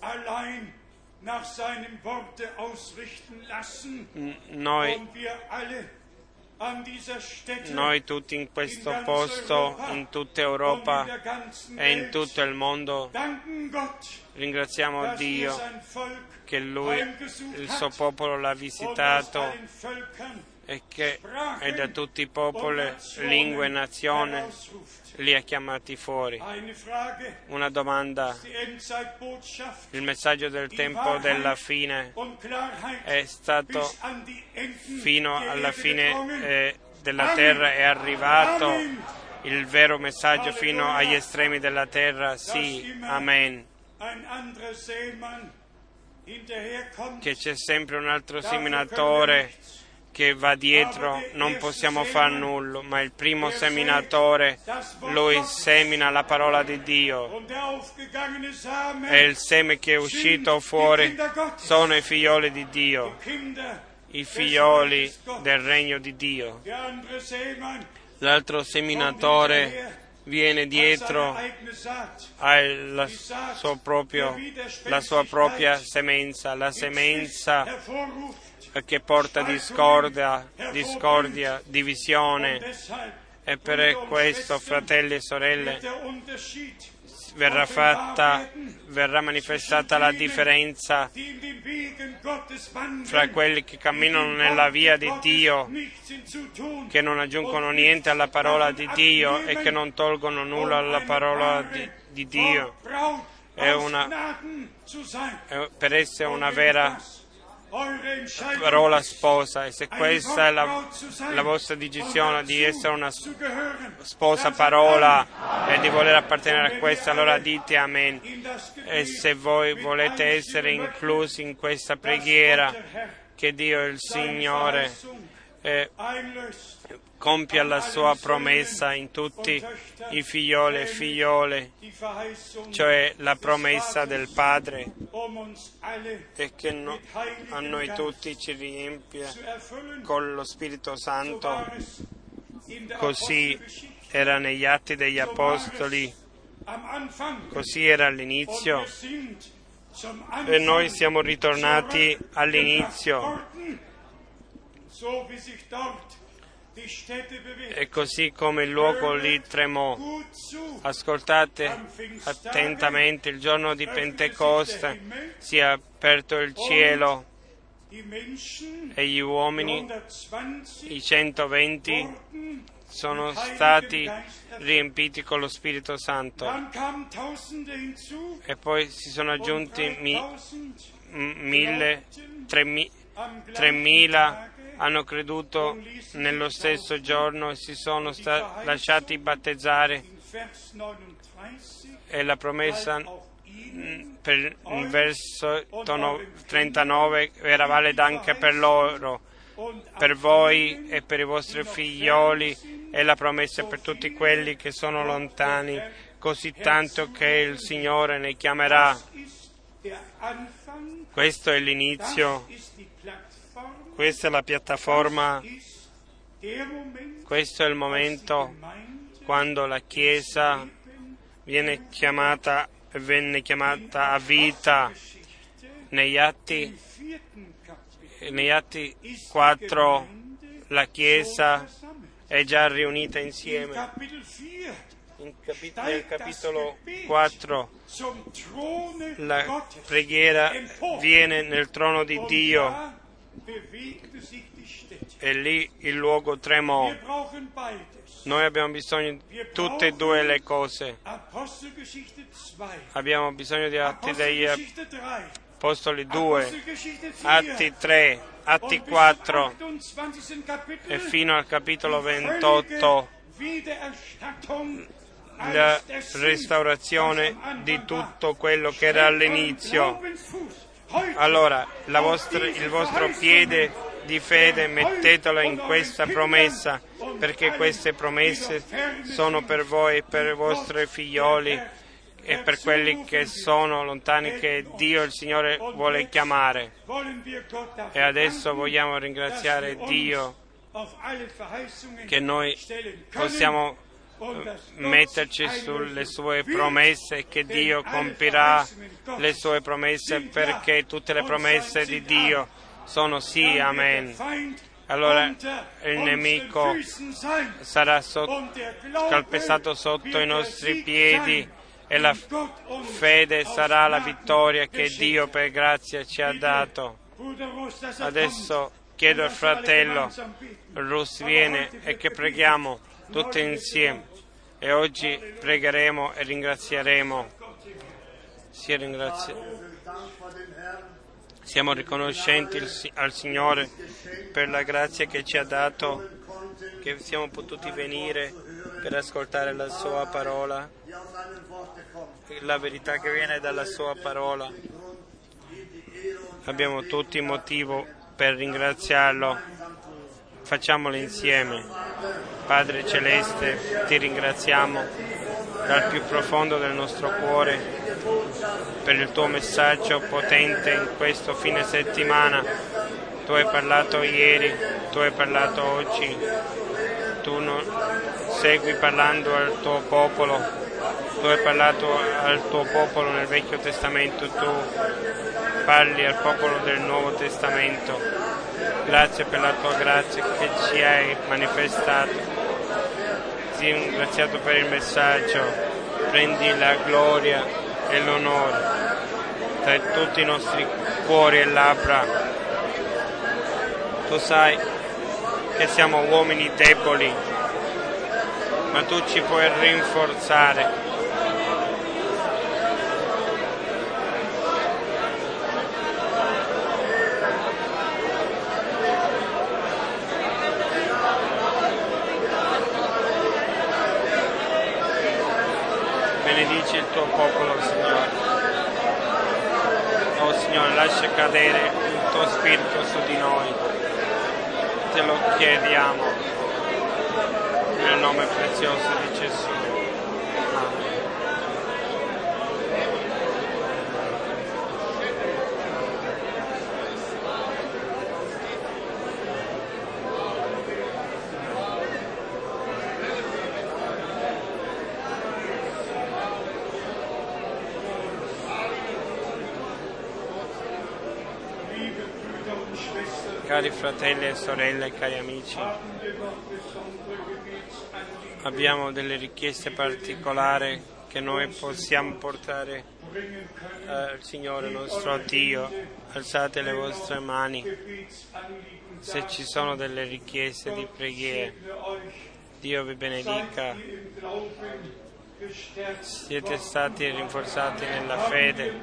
Noi tutti in questo posto, in tutta Europa e in tutto il mondo, ringraziamo Dio che Lui, il suo popolo, l'ha visitato e che è da tutti i popoli, lingue e nazioni li ha chiamati fuori. Una domanda: il messaggio del tempo della fine è stato fino alla fine della terra, è arrivato il vero messaggio fino agli estremi della terra? Sì, amen. Che c'è sempre un altro seminatore che va dietro, non possiamo far nulla, ma il primo seminatore, lui semina la parola di Dio, e il seme che è uscito fuori sono i figlioli di Dio, i figlioli del regno di Dio. L'altro seminatore viene dietro alla sua propria semenza, la semenza che porta discordia, divisione. E per questo, fratelli e sorelle, verrà manifestata la differenza fra quelli che camminano nella via di Dio, che non aggiungono niente alla parola di Dio e che non tolgono nulla alla parola di Dio. Per essere una vera parola sposa, e se questa è la vostra decisione di essere una sposa parola e di voler appartenere a questa, allora dite amen. E se voi volete essere inclusi in questa preghiera, che Dio il Signore compia la sua promessa in tutti i figlioli e figliole, cioè la promessa del Padre, e che a noi tutti ci riempie con lo Spirito Santo. Così era negli Atti degli Apostoli, così era all'inizio, e noi siamo ritornati all'inizio. E così come il luogo lì tremò. Ascoltate attentamente, il giorno di Pentecoste si è aperto il cielo e gli uomini, i 120, sono stati riempiti con lo Spirito Santo. E poi si sono aggiunti 3.000, hanno creduto nello stesso giorno e si sono lasciati battezzare, e la promessa per il verso 39 era valida anche per loro, per voi e per i vostri figlioli, e la promessa per tutti quelli che sono lontani, così tanto che il Signore ne chiamerà. Questo è l'inizio. Questa è la piattaforma, questo è il momento quando la Chiesa venne chiamata a vita. Negli Atti 4 la Chiesa è già riunita insieme. Nel capitolo 4 la preghiera viene nel trono di Dio, e lì il luogo tremò. Noi abbiamo bisogno di tutte e due le cose. Abbiamo bisogno di Atti degli Apostoli 2, Atti 3, Atti 4 e fino al capitolo 28 la restaurazione di tutto quello che era all'inizio. Allora, il vostro piede di fede mettetelo in questa promessa, perché queste promesse sono per voi e per i vostri figlioli e per quelli che sono lontani, che Dio il Signore vuole chiamare. E adesso vogliamo ringraziare Dio che noi possiamo metterci sulle sue promesse e che Dio compirà le sue promesse, perché tutte le promesse di Dio sono sì, amen. Allora il nemico sarà calpestato sotto i nostri piedi e la fede sarà la vittoria che Dio per grazia ci ha dato. Adesso chiedo al fratello Rus viene e che preghiamo tutti insieme. E oggi pregheremo e ringrazieremo. Siamo riconoscenti al Signore per la grazia che ci ha dato, che siamo potuti venire per ascoltare la Sua parola, la verità che viene dalla Sua parola. Abbiamo tutti motivo per ringraziarlo. Facciamolo insieme. Padre Celeste, ti ringraziamo dal più profondo del nostro cuore per il tuo messaggio potente in questo fine settimana. Tu hai parlato ieri, tu hai parlato oggi, tu segui parlando al tuo popolo, tu hai parlato al tuo popolo nel Vecchio Testamento, tu parli al popolo del Nuovo Testamento. Grazie per la tua grazia che ci hai manifestato. Sia ringraziato per il messaggio prendi la gloria e l'onore tra tutti i nostri cuori e labbra. Tu sai che siamo uomini deboli, ma tu ci puoi rinforzare. Benedici il tuo popolo, Signore. Oh Signore, lascia cadere il tuo spirito su di noi. Te lo chiediamo nel nome prezioso di Gesù. Amen. Cari fratelli e sorelle, cari amici, abbiamo delle richieste particolari che noi possiamo portare al Signore nostro Dio. Alzate le vostre mani se ci sono delle richieste di preghiera. Dio vi benedica. Siete stati rinforzati nella fede.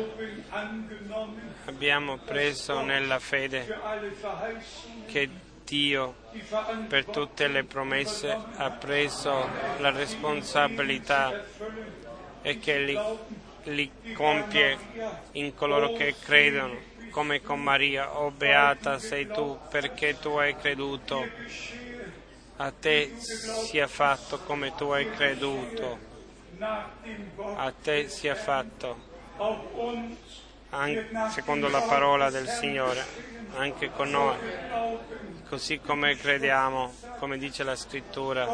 Abbiamo preso nella fede che Dio per tutte le promesse ha preso la responsabilità e che li compie in coloro che credono, come con Maria. Oh beata sei tu, perché tu hai creduto. A te sia fatto come tu hai creduto. A te sia fatto, anche secondo la parola del Signore, anche con noi, così come crediamo, come dice la Scrittura.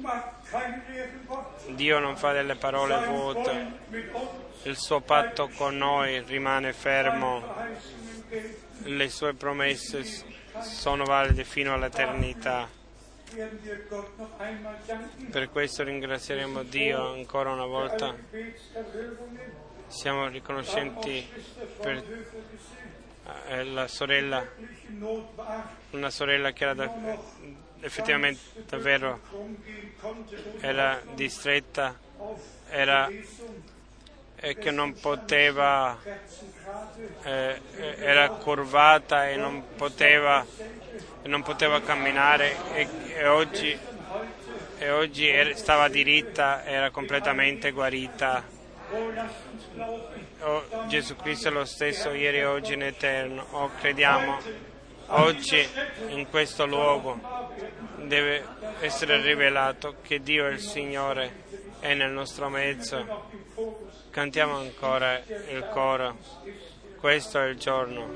Dio non fa delle parole vuote, il suo patto con noi rimane fermo, le sue promesse sono valide fino all'eternità. Per questo ringrazieremo Dio ancora una volta. Siamo riconoscenti per la sorella, una sorella che era effettivamente davvero era distretta, e che non poteva, era curvata e non poteva camminare, e oggi stava diritta, era completamente guarita. Oh, Gesù Cristo è lo stesso ieri e oggi in eterno. Oh, crediamo oggi in questo luogo deve essere rivelato che Dio è il Signore, è nel nostro mezzo. Cantiamo ancora il coro. Questo è il giorno.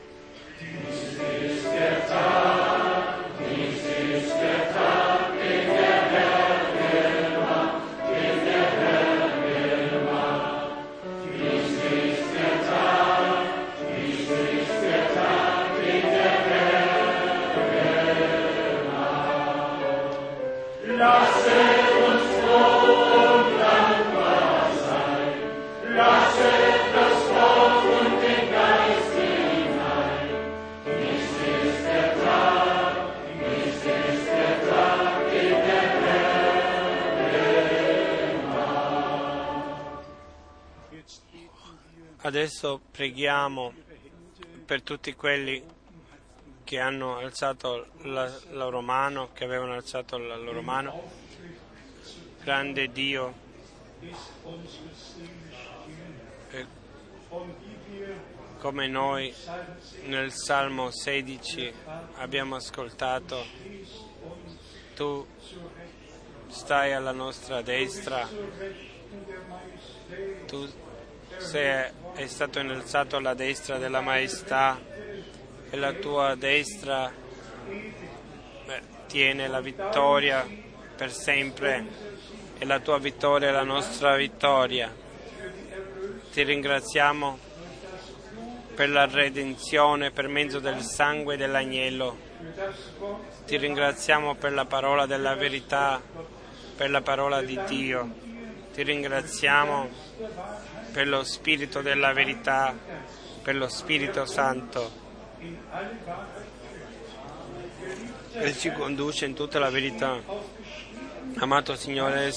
Adesso preghiamo per tutti quelli che hanno alzato la loro mano, che avevano alzato la loro mano. Grande Dio, come noi nel Salmo 16 abbiamo ascoltato, tu stai alla nostra destra, tu è stato innalzato alla destra della maestà, e la tua destra tiene la vittoria per sempre, e la tua vittoria è la nostra vittoria. Ti ringraziamo per la redenzione per mezzo del sangue dell'agnello. Ti ringraziamo per la parola della verità, per la parola di Dio. Ti ringraziamo per lo Spirito della verità, per lo Spirito Santo, che ci conduce in tutta la verità. Amato Signore,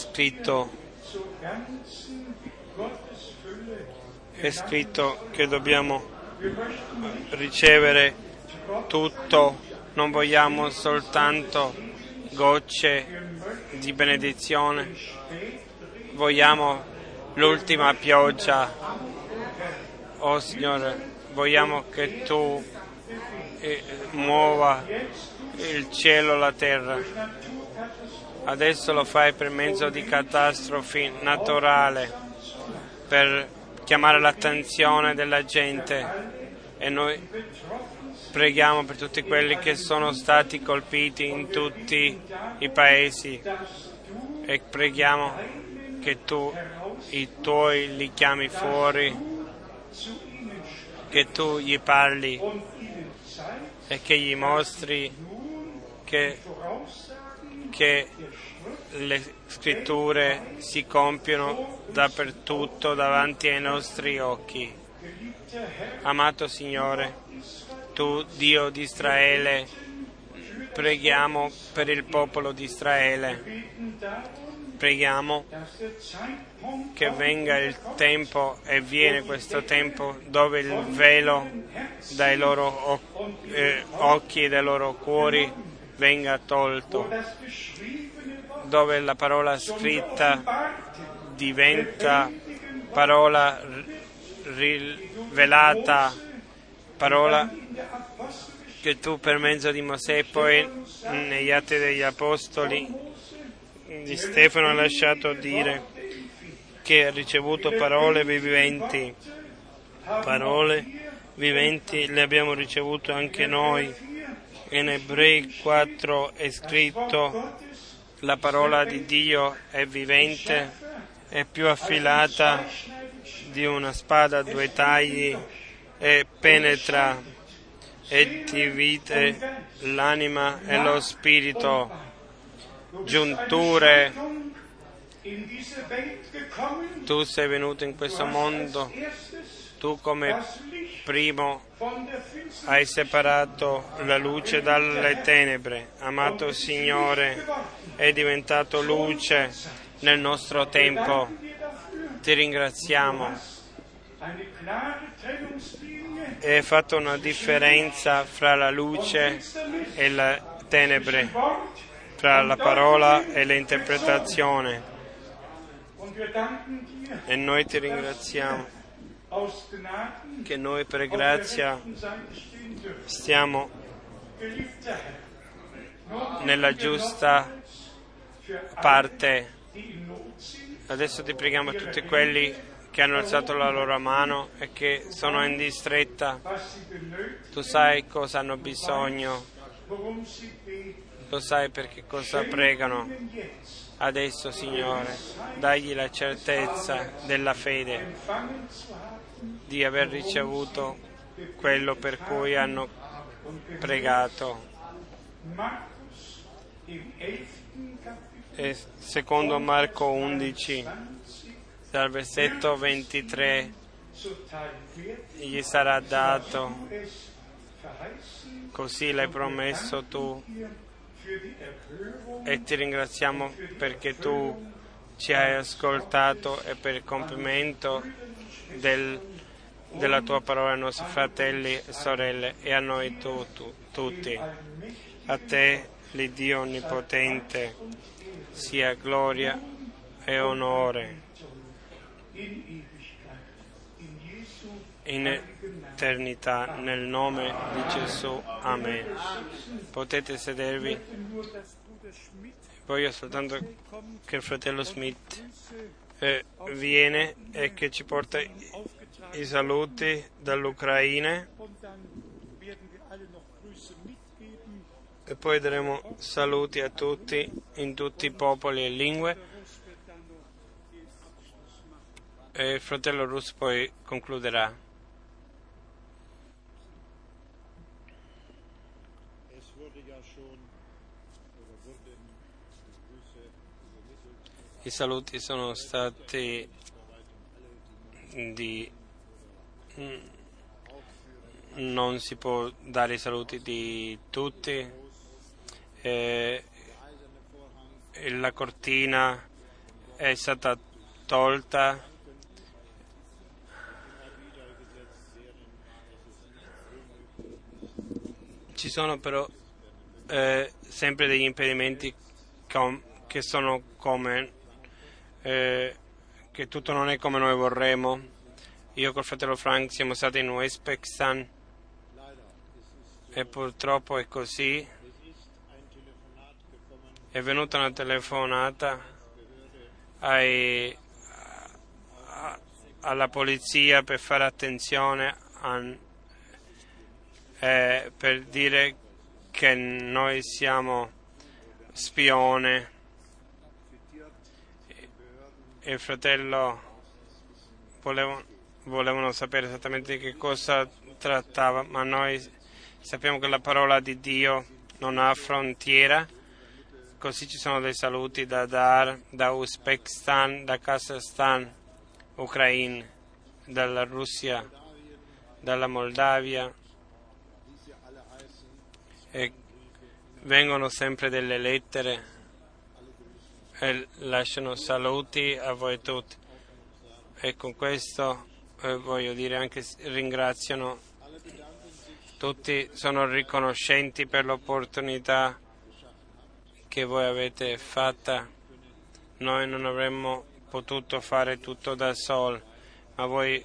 è scritto che dobbiamo ricevere tutto, non vogliamo soltanto gocce di benedizione, vogliamo l'ultima pioggia. Oh Signore, vogliamo che Tu muova il cielo e la terra. Adesso lo fai per mezzo di catastrofi naturali, per chiamare l'attenzione della gente, e noi preghiamo per tutti quelli che sono stati colpiti in tutti i paesi e preghiamo che Tu i Tuoi li chiami fuori, che Tu gli parli e che gli mostri che le scritture si compiono dappertutto davanti ai nostri occhi. Amato Signore, Tu Dio di Israele, preghiamo per il popolo di Israele, preghiamo che venga il tempo, e viene questo tempo, dove il velo dai loro occhi e dai loro cuori venga tolto, dove la parola scritta diventa parola rivelata, parola che Tu per mezzo di Mosè e poi negli Atti degli Apostoli di Stefano hai lasciato dire che ha ricevuto parole viventi. Parole viventi le abbiamo ricevute anche noi. In Ebrei 4 è scritto: la parola di Dio è vivente, è più affilata di una spada a due tagli e penetra e divide l'anima e lo spirito, giunture. Tu sei venuto in questo mondo, Tu come primo hai separato la luce dalle tenebre. Amato Signore, è diventato luce nel nostro tempo. Ti ringraziamo. E hai fatto una differenza fra la luce e le tenebre, fra la parola e l'interpretazione. E noi Ti ringraziamo che noi per grazia stiamo nella giusta parte. Adesso Ti preghiamo per tutti quelli che hanno alzato la loro mano e che sono in distretta. Tu sai cosa hanno bisogno, lo sai perché cosa pregano. Adesso, Signore, dagli la certezza della fede di aver ricevuto quello per cui hanno pregato. E secondo Marco 11, dal versetto 23, gli sarà dato, così l'hai promesso Tu, e Ti ringraziamo perché Tu ci hai ascoltato e per il compimento della Tua parola ai nostri fratelli e sorelle e a noi tutti. A Te, l'Iddio Onnipotente, sia gloria e onore in eternità, nel nome di Gesù. Amen. Potete sedervi. Voglio soltanto che il fratello Smith viene e che ci porta i saluti dall'Ucraina, e poi daremo saluti a tutti in tutti i popoli e lingue, e il fratello Russo poi concluderà. I saluti sono stati non si può dare i saluti di tutti. La cortina è stata tolta. Ci sono però sempre degli impedimenti che sono come che tutto non è come noi vorremmo. Io col fratello Frank siamo stati in Uzbekistan e purtroppo è così. È venuta una telefonata alla polizia per fare attenzione per dire che noi siamo spione. E il fratello volevano sapere esattamente di che cosa trattava, ma noi sappiamo che la parola di Dio non ha frontiera. Così ci sono dei saluti da Dar, da Uzbekistan, da Kazakhstan, Ucraina, dalla Russia, dalla Moldavia, e vengono sempre delle lettere e lasciano saluti a voi tutti, e con questo voglio dire anche ringraziano tutti, sono riconoscenti per l'opportunità che voi avete fatta. Noi non avremmo potuto fare tutto da soli, ma voi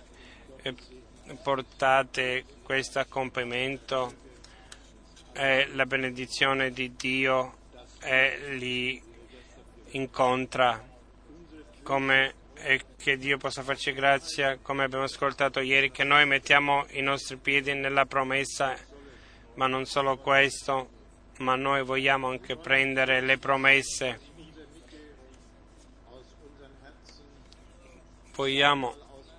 portate questo a compimento e la benedizione di Dio li incontra, e che Dio possa farci grazia, come abbiamo ascoltato ieri, che noi mettiamo i nostri piedi nella promessa, ma non solo questo, ma noi vogliamo anche prendere le promesse. Vogliamo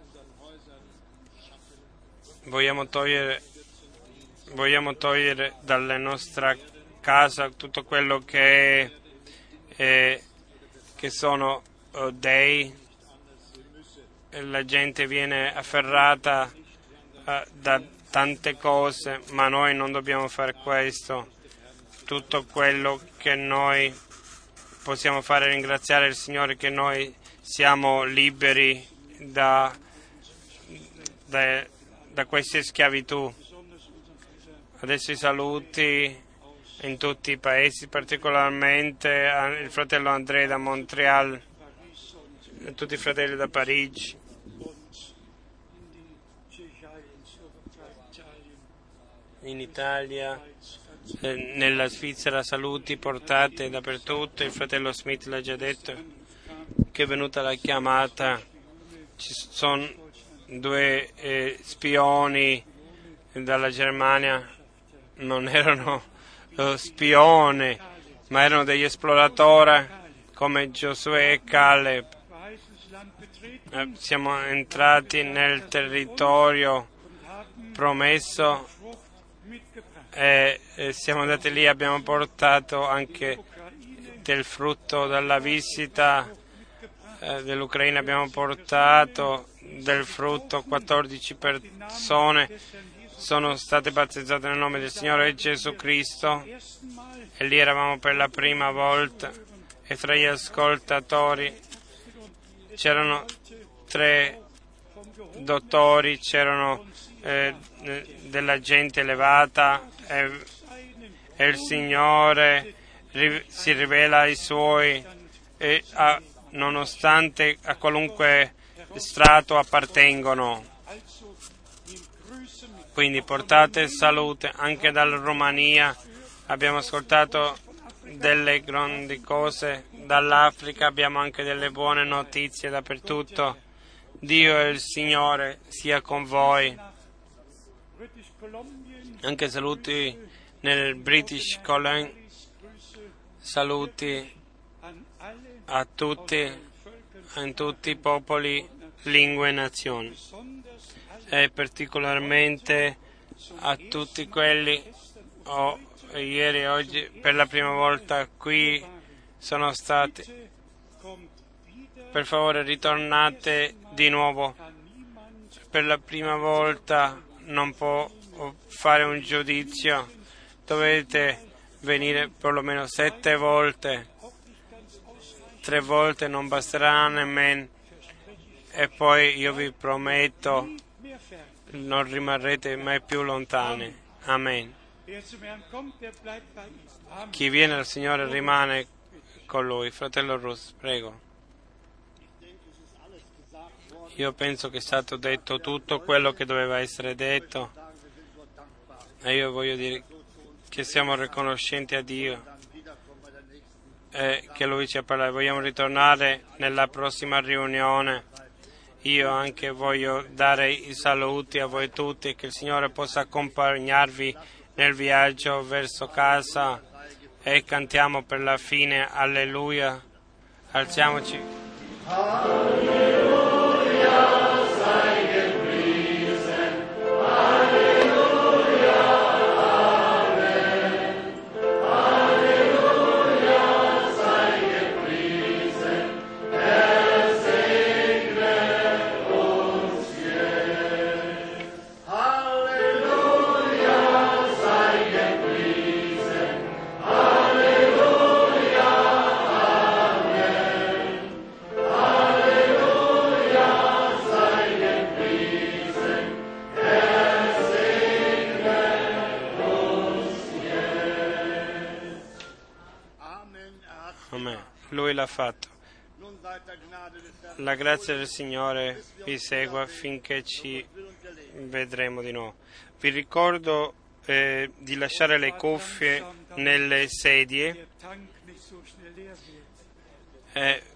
togliere dalla nostra casa tutto quello che sono dei. La gente viene afferrata da tante cose, ma noi non dobbiamo fare questo. Tutto quello che noi possiamo fare è ringraziare il Signore che noi siamo liberi da queste schiavitù. Adesso i saluti in tutti i paesi, particolarmente il fratello Andrea da Montreal, e tutti i fratelli da Parigi, in Italia, nella Svizzera, saluti portate dappertutto. Il fratello Smith l'ha già detto che è venuta la chiamata. Ci sono 2 spioni dalla Germania, non erano spioni, ma erano degli esploratori come Giosuè e Caleb. Siamo entrati nel territorio promesso e siamo andati lì, abbiamo portato anche del frutto dalla visita dell'Ucraina, abbiamo portato del frutto. 14 persone sono state battezzate nel nome del Signore Gesù Cristo, e lì eravamo per la prima volta, e tra gli ascoltatori c'erano 3 dottori, c'erano della gente elevata, e il Signore si rivela ai Suoi, nonostante a qualunque strato appartengono. Quindi portate salute anche dalla Romania. Abbiamo ascoltato delle grandi cose dall'Africa, abbiamo anche delle buone notizie dappertutto. Dio e il Signore sia con voi. Anche saluti nel British Columbia, saluti a tutti, in tutti i popoli, lingue e nazioni, e particolarmente a tutti quelli ieri e oggi per la prima volta qui sono stati Per favore ritornate di nuovo. Per la prima volta non può fare un giudizio, dovete venire perlomeno 7 volte. 3 volte non basterà nemmeno, e poi io vi prometto non rimarrete mai più lontani. Amen. Chi viene al Signore rimane con Lui. Fratello Russ, prego. Io penso che è stato detto tutto quello che doveva essere detto, e io voglio dire che siamo riconoscenti a Dio e che Lui ci ha parlato. Vogliamo ritornare nella prossima riunione. Io anche voglio dare i saluti a voi tutti, che il Signore possa accompagnarvi nel viaggio verso casa, e cantiamo per la fine. Alleluia. Alziamoci. Lui l'ha fatto. La grazia del Signore vi segua finché ci vedremo di nuovo. Vi ricordo di lasciare le cuffie nelle sedie.